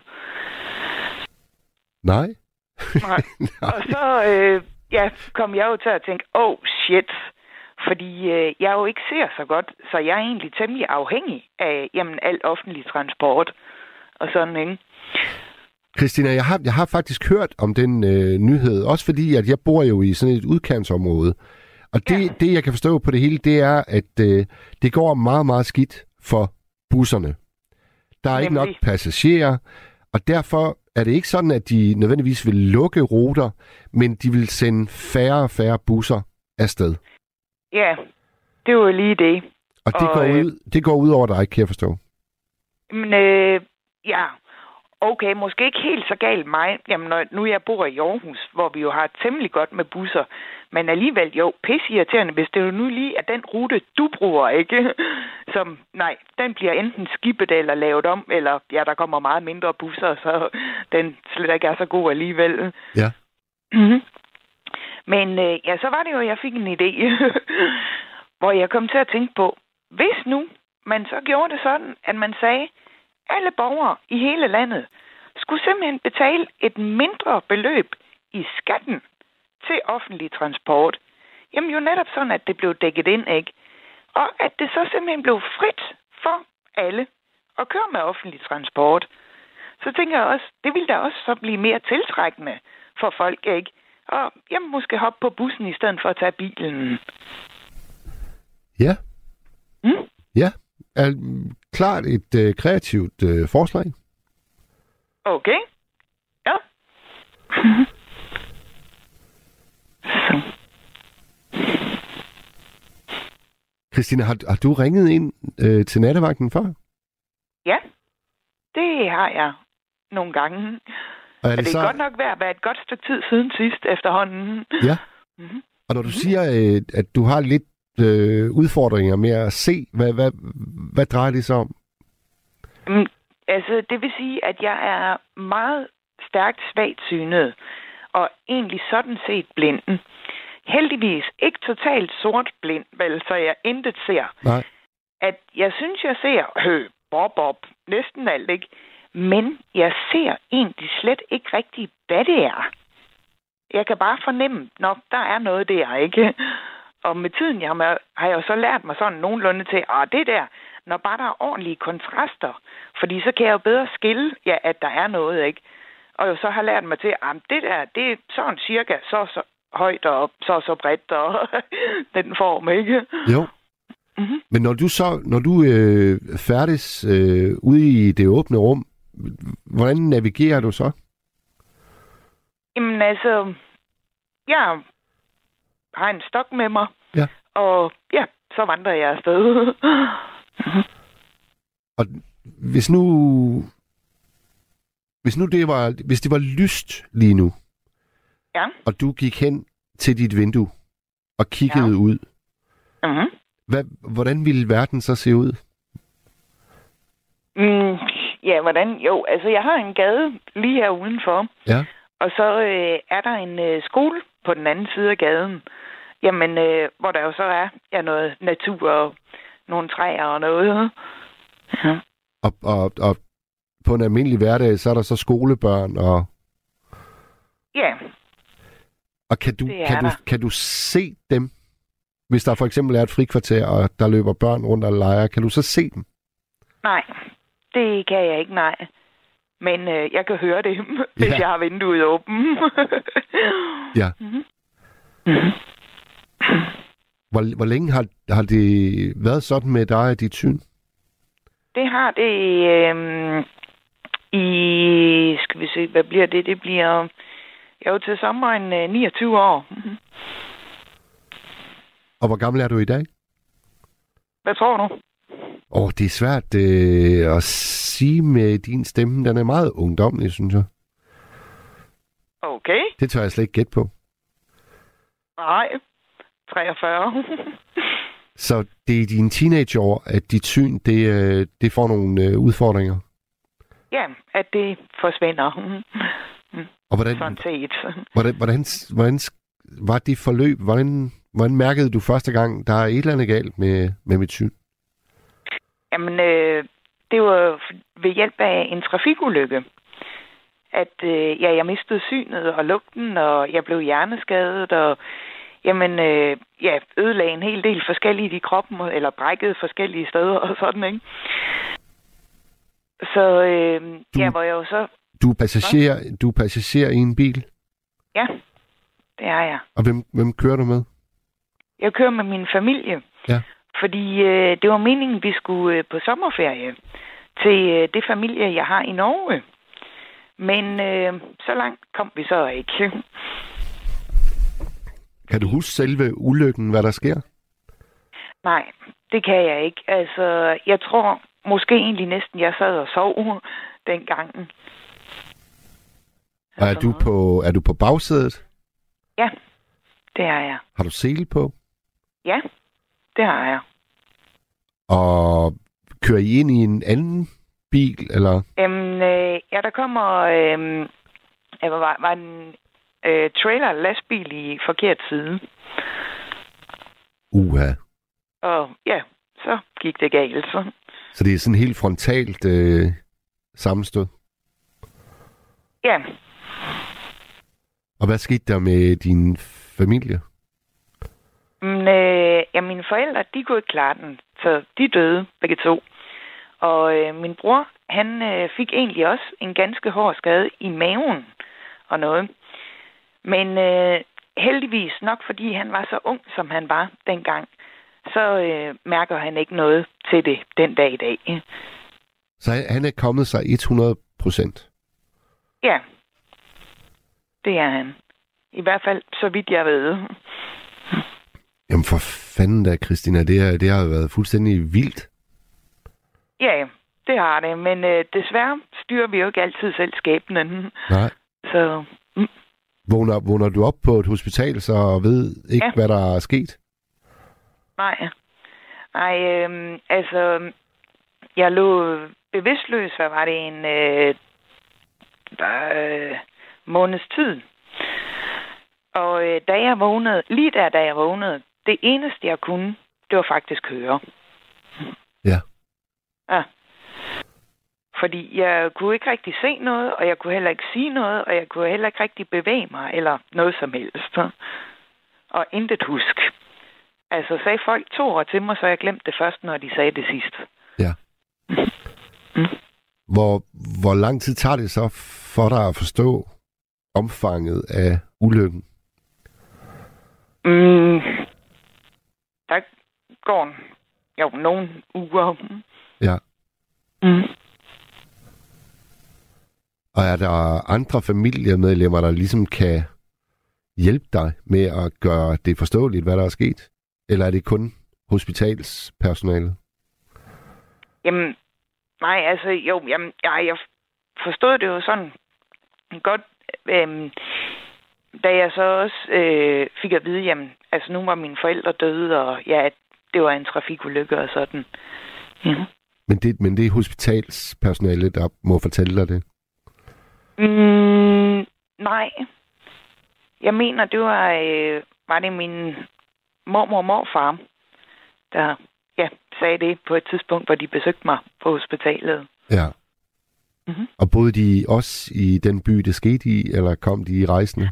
Nej. Nej. Og så kom jeg jo til at tænke, shit, fordi jeg jo ikke ser så godt, så jeg er egentlig temmelig afhængig af al offentlig transport og sådan, ikke? Christina, jeg har faktisk hørt om den nyhed, også fordi, at jeg bor jo i sådan et udkantsområde. Og det, jeg kan forstå på det hele, det er, at det går meget, meget skidt for busserne. Der er ikke nok passagerer, og derfor er det ikke sådan, at de nødvendigvis vil lukke ruter, men de vil sende færre og færre busser afsted. Ja, det var lige det. Og det går ud over dig, kan jeg forstå. Men ja, okay, måske ikke helt så galt mig. Jamen, nu jeg bor i Aarhus, hvor vi jo har temmelig godt med busser, men alligevel jo pisseirriterende, hvis det jo nu lige er den rute, du bruger, ikke? Den bliver enten skibet eller lavet om, eller der kommer meget mindre busser, så den slet ikke er så god alligevel. Ja. Mm-hmm. Men så var det jo, jeg fik en idé, hvor jeg kom til at tænke på, hvis nu man så gjorde det sådan, at man sagde, alle borgere i hele landet skulle simpelthen betale et mindre beløb i skatten til offentlig transport. Jamen jo netop sådan, at det blev dækket ind, ikke? Og at det så simpelthen blev frit for alle at køre med offentlig transport. Så tænker jeg også, det ville da også så blive mere tiltrækkende for folk, ikke? Og måske hoppe på bussen i stedet for at tage bilen. Ja. Ja. Er klart et kreativt forslag. Okay. Ja. Så. Christina, har du ringet ind til nattevagten før? Ja, det har jeg nogle gange. Og det er godt nok ved at være et godt stykke tid siden sidst efterhånden. Ja. Mm-hmm. Og når du siger, at du har lidt udfordringer med at se, hvad drejer det sig om? Altså, det vil sige, at jeg er meget stærkt svagt synet, og egentlig sådan set blinden. Heldigvis ikke totalt sort blind, vel, så jeg intet ser. Nej. At jeg synes, jeg ser bob, næsten alt, ikke? Men jeg ser egentlig slet ikke rigtigt, hvad det er. Jeg kan bare fornemme, når der er noget der, ikke? Og med tiden har jeg jo så lært mig sådan nogenlunde til, det der, når bare der er ordentlige kontraster, fordi så kan jeg jo bedre skille, at der er noget, ikke? Og jo så har lært mig til, det der, det er sådan cirka så højt og så bredt og den form, ikke? Jo. Mm-hmm. Men når du færdes ude i det åbne rum, hvordan navigerer du så? Jamen altså, jeg har en stok med mig, og så vandrer jeg afsted. Og hvis det var lyst lige nu, og du gik hen til dit vindue og kiggede ud, hvordan ville verden så se ud? Ja, hvordan? Jo, altså jeg har en gade lige her udenfor. Ja. Og så er der en skole på den anden side af gaden. Jamen, hvor der jo så er noget natur og nogle træer og noget. Ja. Og på en almindelig hverdag, så er der så skolebørn og... Ja. Og kan du se dem? Hvis der for eksempel er et frikvarter, og der løber børn rundt og leger, kan du så se dem? Nej, det kan jeg ikke, nej. Men jeg kan høre det, hvis jeg har vinduet åbent. Ja. Mm-hmm. Hvor længe har det været sådan med dig og dit syn? Det har det skal vi se, hvad bliver det? Det bliver jo til sommeren 29 år. Mm-hmm. Og hvor gammel er du i dag? Hvad tror du? Det er svært at sige med din stemme. Den er meget ungdomlig, synes jeg. Okay. Det tør jeg slet ikke gætte på. Nej, 43. Så det er i dine teenageår, at dit syn, det får nogle udfordringer? Ja, at det forsvinder. Og hvordan var det forløb? Hvordan mærkede du første gang, der er et eller andet galt med mit syn? Jamen, det var ved hjælp af en trafikulykke, at jeg mistede synet og lugten, og jeg blev hjerneskadet, og ødelagde en hel del forskelligt i kroppen, eller brækkede forskellige steder og sådan, ikke? Så hvor jeg jo så... Du er passager i en bil? Ja, det er jeg. Og hvem kører du med? Jeg kører med min familie. Ja. Fordi det var meningen, vi skulle på sommerferie til det familie, jeg har i Norge. Men så langt kom vi så ikke. Kan du huske selve ulykken, hvad der sker? Nej, det kan jeg ikke. Altså, jeg tror måske egentlig næsten, jeg sad og sov dengang. Og er du på bagsædet? Ja, det er jeg. Har du sele på? Ja, det har jeg. Og kører I ind i en anden bil, eller? Der kommer var en trailer lastbil i forkert side. Uha. Og ja, så gik det galt. Så det er sådan helt frontalt sammenstød? Ja. Og hvad skete der med din familie? Mine forældre, de kunne ikke klare den, så de døde begge to. Og min bror, han fik egentlig også en ganske hård skade i maven og noget. Men heldigvis nok, fordi han var så ung, som han var dengang, så mærker han ikke noget til det den dag i dag. Så han er kommet sig 100%? Ja, det er han. I hvert fald, så vidt jeg ved. Jamen for fanden da, Christina. Det har været fuldstændig vildt. Ja, det har det. Men desværre styrer vi jo ikke altid selv skæbnen. Nej. Så... Vågner du op på et hospital, så ved ikke, hvad der er sket? Nej, jeg lå bevidstløs, hvad var det, en måneds tid. Og da jeg vågnede, det eneste, jeg kunne, det var faktisk høre. Ja. Ja. Fordi jeg kunne ikke rigtig se noget, og jeg kunne heller ikke sige noget, og jeg kunne heller ikke rigtig bevæge mig, eller noget som helst. Og intet husk. Altså sagde folk 2 år til mig, så jeg glemte det først, når de sagde det sidst. Ja. Hvor lang tid tager det så for dig at forstå omfanget af ulykken? Der går nogle uger. Ja. Og er der andre familiemedlemmer, der ligesom kan hjælpe dig med at gøre det forståeligt, hvad der er sket? Eller er det kun hospitalspersonalet? Jamen, nej, altså jeg forstod det jo sådan godt, da jeg så også fik at vide, jamen, altså nu var mine forældre døde, og ja, det var en trafikulykke og sådan. Ja. Men det er hospitalspersonale, der må fortælle dig det? Nej. Jeg mener, det var det min mormor og morfar, der sagde det på et tidspunkt, hvor de besøgte mig på hospitalet. Ja. Mm-hmm. Og boede de også i den by, det skete i, eller kom de i rejsende?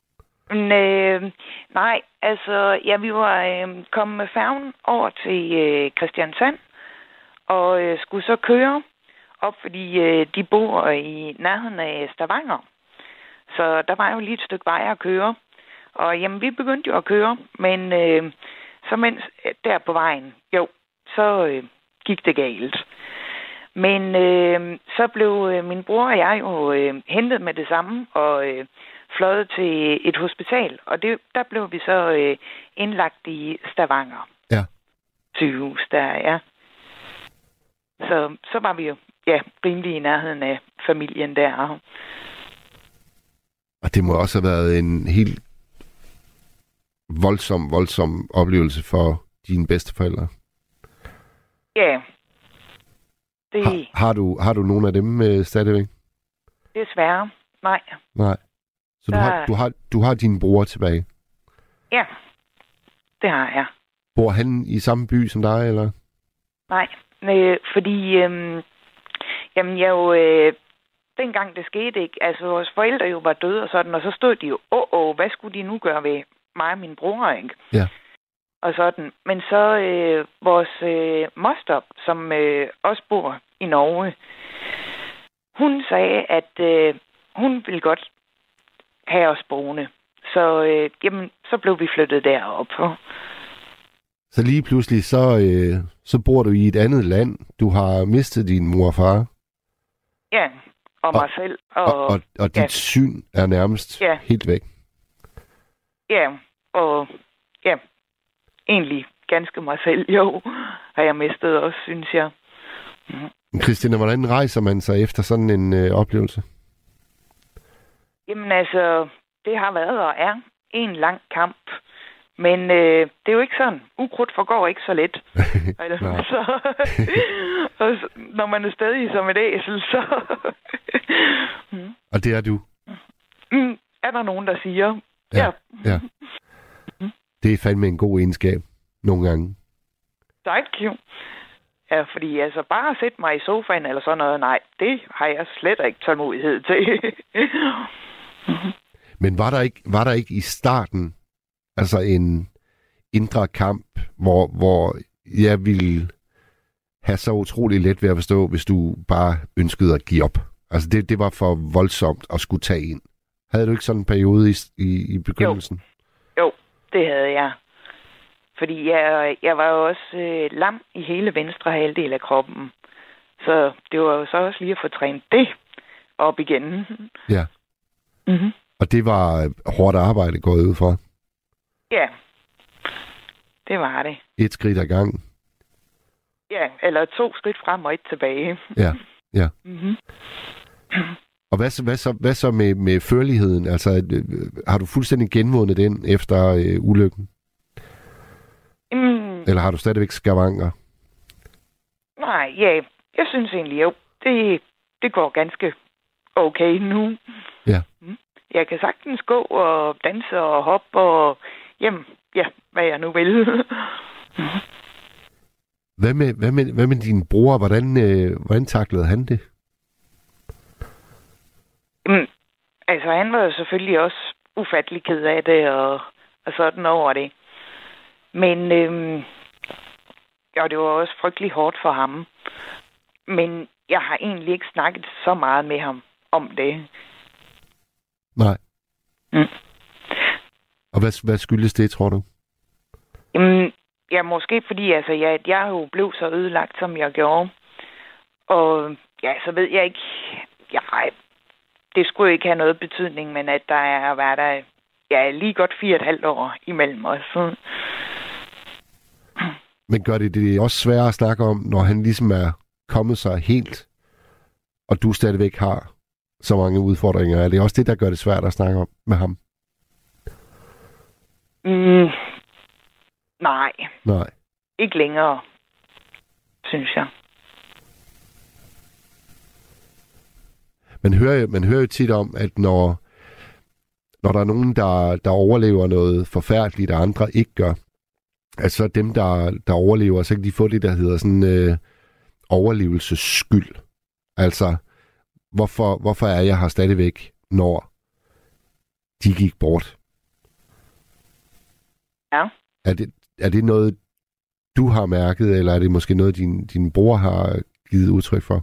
Nej, altså, vi var kommet med færgen over til Kristiansand, og skulle så køre op, fordi de bor i nærheden af Stavanger. Så der var jo lige et stykke vej at køre. Og jamen, vi begyndte jo at køre, men så mens der på vejen, så gik det galt. Men så blev min bror og jeg jo hentet med det samme og fløjet til et hospital. Og der blev vi så indlagt i Stavanger. Ja. Sygehus der, ja. Så var vi jo rimelig i nærheden af familien der. Og det må også have været en helt voldsom oplevelse for dine bedsteforældre. Ja. Har du nogle af dem stadigvæk? Desværre. Nej. Så du har din bror tilbage? Ja, det har jeg. Bor han i samme by som dig, eller? Nej, fordi jeg jo dengang det skete ikke, altså vores forældre jo var døde og sådan, og så stod de jo, hvad skulle de nu gøre ved mig og min bror, ikke? Ja. Og sådan. Men så vores moster, som også bor i Norge, hun sagde, at hun ville godt have os boende. Så blev vi flyttet derop. Så lige pludselig, så bor du i et andet land. Du har mistet din mor og far. Ja, og mig selv. Og dit syn er nærmest helt væk. Ja, og egentlig ganske mig selv, har jeg mistet også, synes jeg. Mm-hmm. Christina, hvordan rejser man sig efter sådan en oplevelse? Jamen altså, det har været og er en lang kamp. Men det er jo ikke sådan. Ukrudt forgår ikke så let. Så når man er stadig som et æsel, så... Og det er du? Er der nogen, der siger? Ja. Det er fandme en god egenskab. Nogle gange. Tak, jo. Ja, fordi altså bare at sætte mig i sofaen eller sådan noget, nej, det har jeg slet ikke tålmodighed til. Men var der ikke i starten altså en indre kamp, hvor jeg ville have så utrolig let ved at forstå, hvis du bare ønskede at give op? Altså det var for voldsomt at skulle tage ind. Havde du ikke sådan en periode i begyndelsen? Jo, det havde jeg. Fordi jeg var jo også lam i hele venstre halvdel af kroppen. Så det var jo så også lige at få trænet det op igen. Ja. Mm-hmm. Og det var hårdt arbejde gået ud fra? Ja, det var det. Et skridt ad gangen? Ja, eller 2 skridt frem og 1 tilbage. Ja. Mm-hmm. Og hvad så med førligheden? Altså, har du fuldstændig genvundet den efter ulykken? Eller har du stadigvæk skavanker? Nej, jeg synes egentlig jo, det går ganske okay nu. Ja. Jeg kan sagtens gå og danse og hoppe og hvad jeg nu vil. Hvad med din bror? Hvordan taklede han det? Altså, han var jo selvfølgelig også ufattelig ked af det og sådan over det. Men det var også frygtelig hårdt for ham. Men jeg har egentlig ikke snakket så meget med ham om det. Nej. Og hvad skyldes det, tror du? Måske fordi altså, jeg jo blev så ødelagt, som jeg gjorde. Og så ved jeg ikke... det skulle ikke have noget betydning, men at der er været der lige godt 4,5 år imellem os. Men gør det også sværere at snakke om, når han ligesom er kommet sig helt, og du stadigvæk har så mange udfordringer? Er det også det, der gør det svært at snakke om med ham? Nej. Ikke længere, synes jeg. Man hører jo tit om, at når der er nogen, der overlever noget forfærdeligt, og andre ikke gør, altså dem, der overlever, så kan de få det, der hedder sådan overlevelsesskyld. Altså, hvorfor er jeg her stadigvæk, når de gik bort? Ja. Er det noget, du har mærket, eller er det måske noget, din bror har givet udtryk for?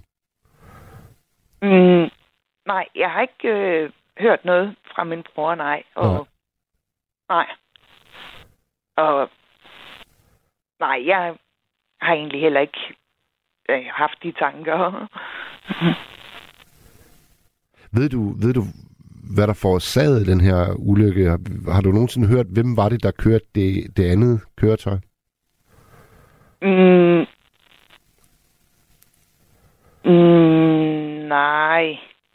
Nej, jeg har ikke hørt noget fra min bror, nej. Nej. Og nej, jeg har egentlig heller ikke haft de tanker. Ved du, hvad der forårsagede den her ulykke? Har du nogensinde hørt, hvem var det, der kørte det andet køretøj? Nej.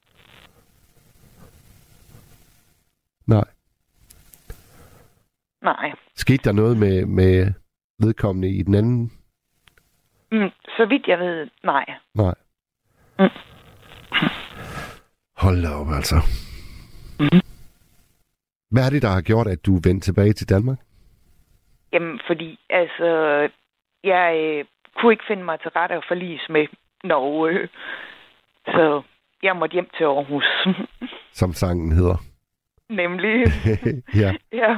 Nej. Skete der noget med vedkommende i den anden? Så vidt jeg ved, nej. Nej. Hold da op, altså. Hvad er det, der har gjort, at du er vendt tilbage til Danmark? Jamen, fordi altså, jeg kunne ikke finde mig til rette og forlis med Norge. Så jeg måtte hjem til Aarhus. Som sangen hedder. Nemlig. Ja. Ja.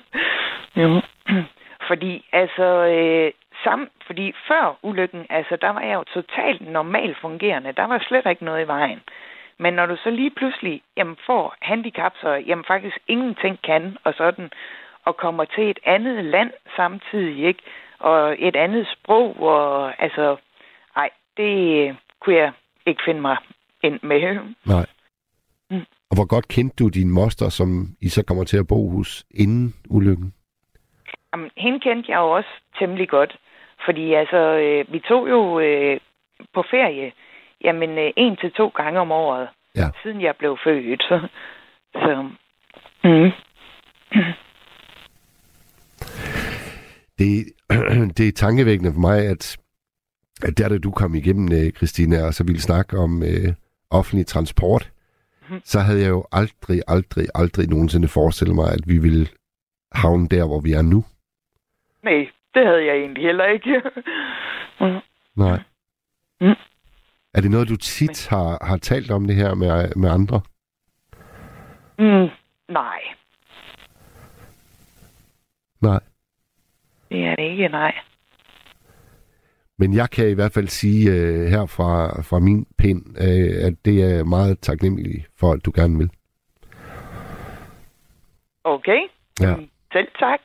Fordi altså, fordi før ulykken, altså der var jeg jo totalt normalt fungerende. Der var slet ikke noget i vejen. Men når du så lige pludselig får handicap, så faktisk ingenting kan, og sådan, og kommer til et andet land samtidig, ikke? Og et andet sprog, og altså, nej, det kunne jeg ikke finde mig ind med. Nej. Og hvor godt kendte du din moster, som I så kommer til at bo hos inden ulykken? Jamen, hende kendte jeg jo også temmelig godt. Fordi altså, vi tog jo på ferie, 1 til 2 gange om året, siden jeg blev født. Så. Det er tankevækkende for mig, at da du kom igennem, Christina, og så ville snakke om offentlig transport, så havde jeg jo aldrig nogensinde forestillet mig, at vi ville havne der, hvor vi er nu. Nej, det havde jeg egentlig heller ikke. Nej. Er det noget, du tit har talt om det her med andre? Nej. Nej. Det er det ikke, nej. Men jeg kan i hvert fald sige her fra min pind, at det er meget taknemmelig for, at du gerne vil. Okay. Ja. Selv tak.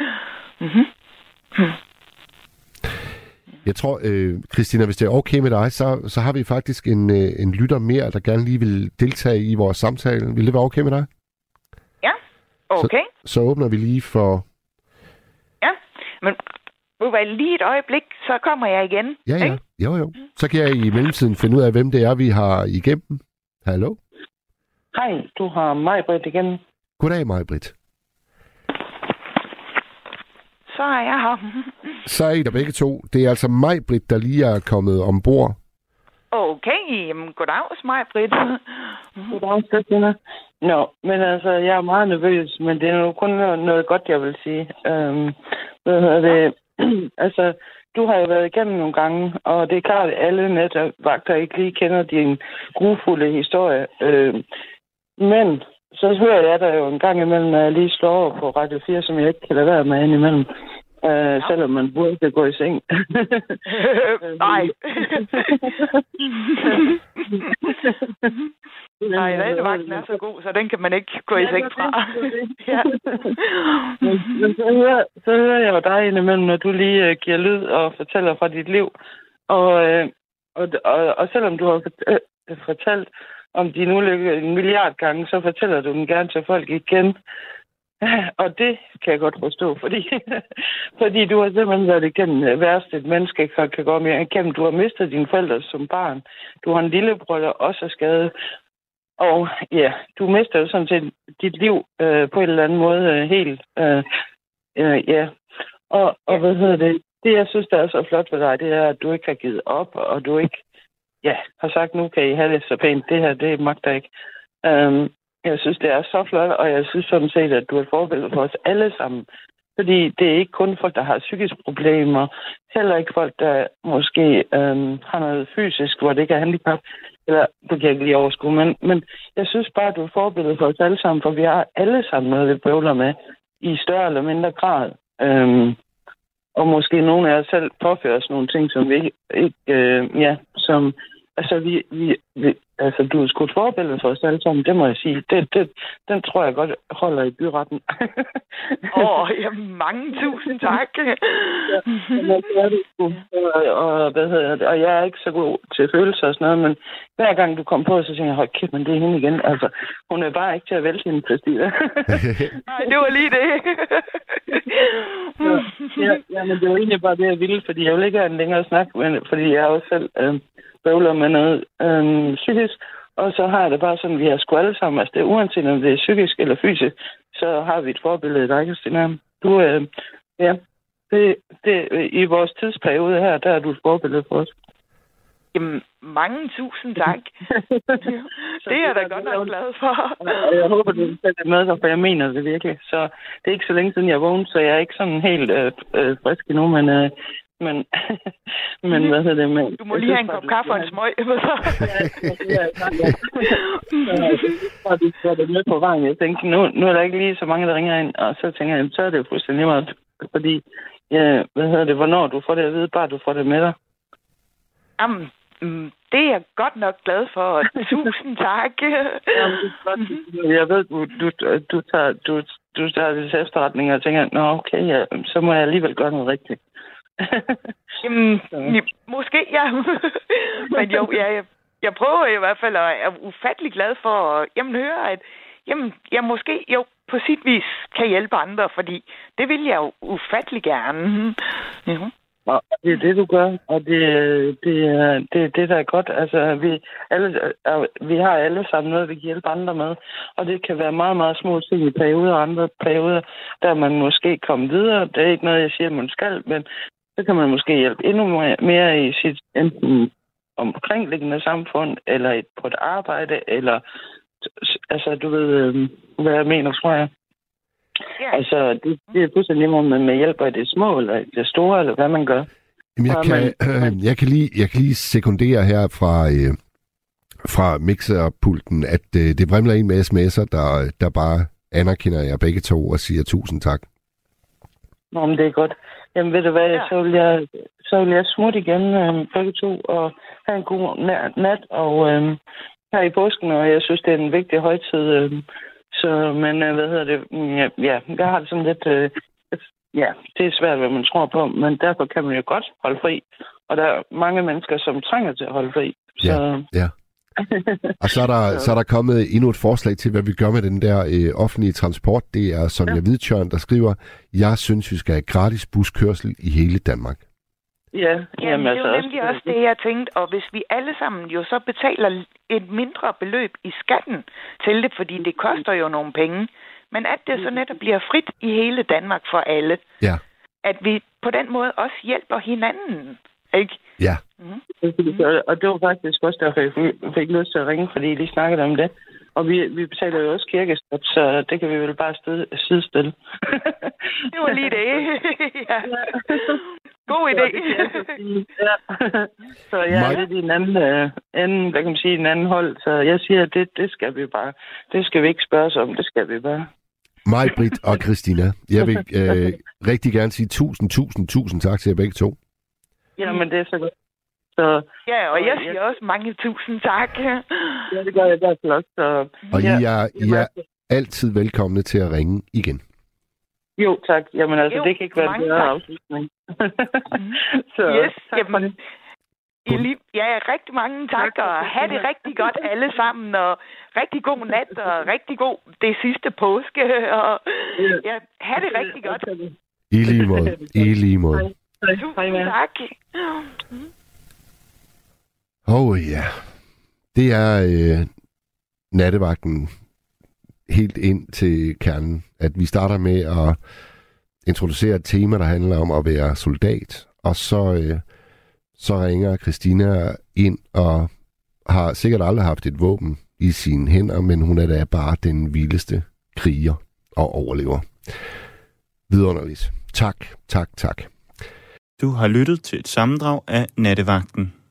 Jeg tror, Christina, hvis det er okay med dig, så har vi faktisk en lytter mere, der gerne lige vil deltage i vores samtale. Vil det være okay med dig? Ja, okay. Så åbner vi lige for... Ja, men lige et øjeblik, så kommer jeg igen. Ja, ikke? Jo. Så kan jeg i mellemtiden finde ud af, hvem det er, vi har igennem. Hallo? Hej, du har Maj-Britt igen. Goddag, Maj-Britt. Så er jeg her. Så er I der begge to. Det er altså Maj-Britt, der lige er kommet ombord. Okay, jamen goddag, Maj-Britt. Goddag, Christina. Men altså, jeg er meget nervøs, men det er jo kun noget godt, jeg vil sige. Altså, du har jo været igennem nogle gange, og det er klart, at alle nattevagter ikke lige kender din grufulde historie. Men så hører jeg der jo en gang imellem, når jeg lige slår over på Radio 4, som jeg ikke kan lade være med indimellem. Selvom man burde gå i seng. Nej. Nej, nattevagten er så god, så den kan man ikke gå i seng fra. Ja. Men så hører jeg jo dig indimellem, når du lige giver lyd og fortæller fra dit liv. Og selvom du har fortalt om din ulykke 1 milliard gange, så fortæller du den gerne til folk igen. Og det kan jeg godt forstå, fordi du har simpelthen været igennem værst et menneske kan gå mere igennem. Du har mistet dine forældre som barn. Du har en lillebror, der også er skadet. Og ja, du mister jo sådan set dit liv på en eller anden måde helt. Ja. Og hvad hedder det? Det, jeg synes, der er så flot ved dig, det er, at du ikke har givet op, og du ikke har sagt, nu kan I have det så pænt. Det her, det magter jeg ikke. Jeg synes, det er så flot, og jeg synes sådan set, at du er et forbillede for os alle sammen. Fordi det er ikke kun folk, der har psykiske problemer. Heller ikke folk, der måske har noget fysisk, hvor det ikke er handicap. Eller det kan jeg ikke lige overskue. Men jeg synes bare, at du er et forbillede for os alle sammen, for vi har alle sammen noget, vi bøvler med i større eller mindre grad. Og måske nogle af os selv påfører os nogle ting, som vi ikke som... Altså, altså, du er sgu et forbillede for os alle sammen, det må jeg sige. Den tror jeg godt holder i byretten. Mange tusind tak. Og jeg er ikke så god til følelser og sådan noget, men hver gang du kom på, så tænker jeg, hold kæft, men det er hende igen. Altså, hun er bare ikke til at vælte hende, Christina. Nej, det var lige det. Men det var egentlig bare det, jeg ville, fordi jeg vil ikke have en længere snak, fordi jeg også selv bøvler med noget psykisk, og så har jeg det bare sådan, vi har sgu alle sammen, altså det er uanset om det er psykisk eller fysisk, så har vi et forbillede i dig, Christina. Du, i vores tidsperiode her, der er du et forbillede for os. Jamen, mange tusind tak. Det er jeg da godt nok glad for. Jeg håber, du vil tage det med dig, for jeg mener det virkelig. Så det er ikke så længe siden, jeg vågnede, så jeg er ikke sådan helt frisk endnu, men hvad hedder det? Men, du må lige have en kop kaffe og en smøg. Og du får det med på vejen. Jeg tænkte, nu er der ikke lige så mange, der ringer ind, og så tænker jeg, så er det jo fuldstændig meget, fordi, hvornår du får det at vide, bare du får det med dig. Jamen, det er jeg godt nok glad for. Tusind tak. Jeg ved, du tager det til efterretning og tænker, okay, så må jeg alligevel gøre noget rigtigt. Jamen, måske, ja. Men jo, jeg prøver i hvert fald, og er ufattelig glad for at høre, at jeg måske på sit vis kan hjælpe andre, fordi det vil jeg jo ufattelig gerne. Ja. Og det er det, du gør, og det er det, der er godt. Altså, vi har alle sammen noget, vi kan hjælpe andre med, og det kan være meget, meget små ting i perioder og andre perioder, der man måske kommer videre. Det er ikke noget, jeg siger, man skal, men så kan man måske hjælpe endnu mere i sit enten omkringliggende samfund, eller på et arbejde, eller altså, du ved, hvad jeg mener, tror jeg. Yeah. Altså, det er pludselig lige, man med hjælp af det små, eller det store, eller hvad man gør. Jamen, jeg kan lige sekundere her fra mixerpulten, at det vrimler ind med sms'er, der bare anerkender jer begge to og siger tusind tak. Nå, men det er godt. Jamen, ved du hvad, så vil jeg smutte igen begge to, og have en god nat, og her i påsken, og jeg synes, det er en vigtig højtid. Så, men hvad hedder det? Jeg har det sådan lidt... det er svært, hvad man tror på, men derfor kan man jo godt holde fri. Og der er mange mennesker, som trænger til at holde fri. Så... Ja. Og så er der kommet endnu et forslag til, hvad vi gør med den der offentlige transport. Det er Sonja Hvidtjørn, der skriver, jeg synes, vi skal have gratis buskørsel i hele Danmark. Ja, jamen, det er jo nemlig også det, jeg tænkte. Og hvis vi alle sammen jo så betaler et mindre beløb i skatten til det, fordi det koster jo nogle penge, men at det så netop bliver frit i hele Danmark for alle. Ja. At vi på den måde også hjælper hinanden, ikke? Ja. Og det var faktisk også derfor, jeg fik lyst til at ringe, fordi de snakkede om det. Og vi betaler jo også kirkeskat, så det kan vi vel bare sidestille. Det var lige det. Ja. God idé. Så jeg er lidt i en anden, hvad kan man sige, en anden hold. Så jeg siger, at det skal vi bare. Det skal vi ikke spørge os om, det skal vi bare. Maj-Britt og Christina, jeg vil rigtig gerne sige tusind tak til jer begge to. Jamen, det er så godt. Så, ja, og jeg siger også mange tusind tak. Ja, det gør jeg da flot. Og I er altid velkomne til at ringe igen. Jo, tak. Jamen altså, det kan ikke være en bedre afslutning. Så, yes, jamen, rigtig mange tak, og have det rigtig godt alle sammen, og rigtig god nat, og rigtig god det sidste påske, og have det rigtig godt. I lige måde. Tusind tak. Ja. Det er nattevagten helt ind til kernen. At vi starter med at introducere et tema, der handler om at være soldat. Og så så ringer Christina ind og har sikkert aldrig haft et våben i sine hænder, men hun er da bare den vildeste kriger og overlever. Vidunderligt. Tak. Du har lyttet til et sammendrag af Nattevagten.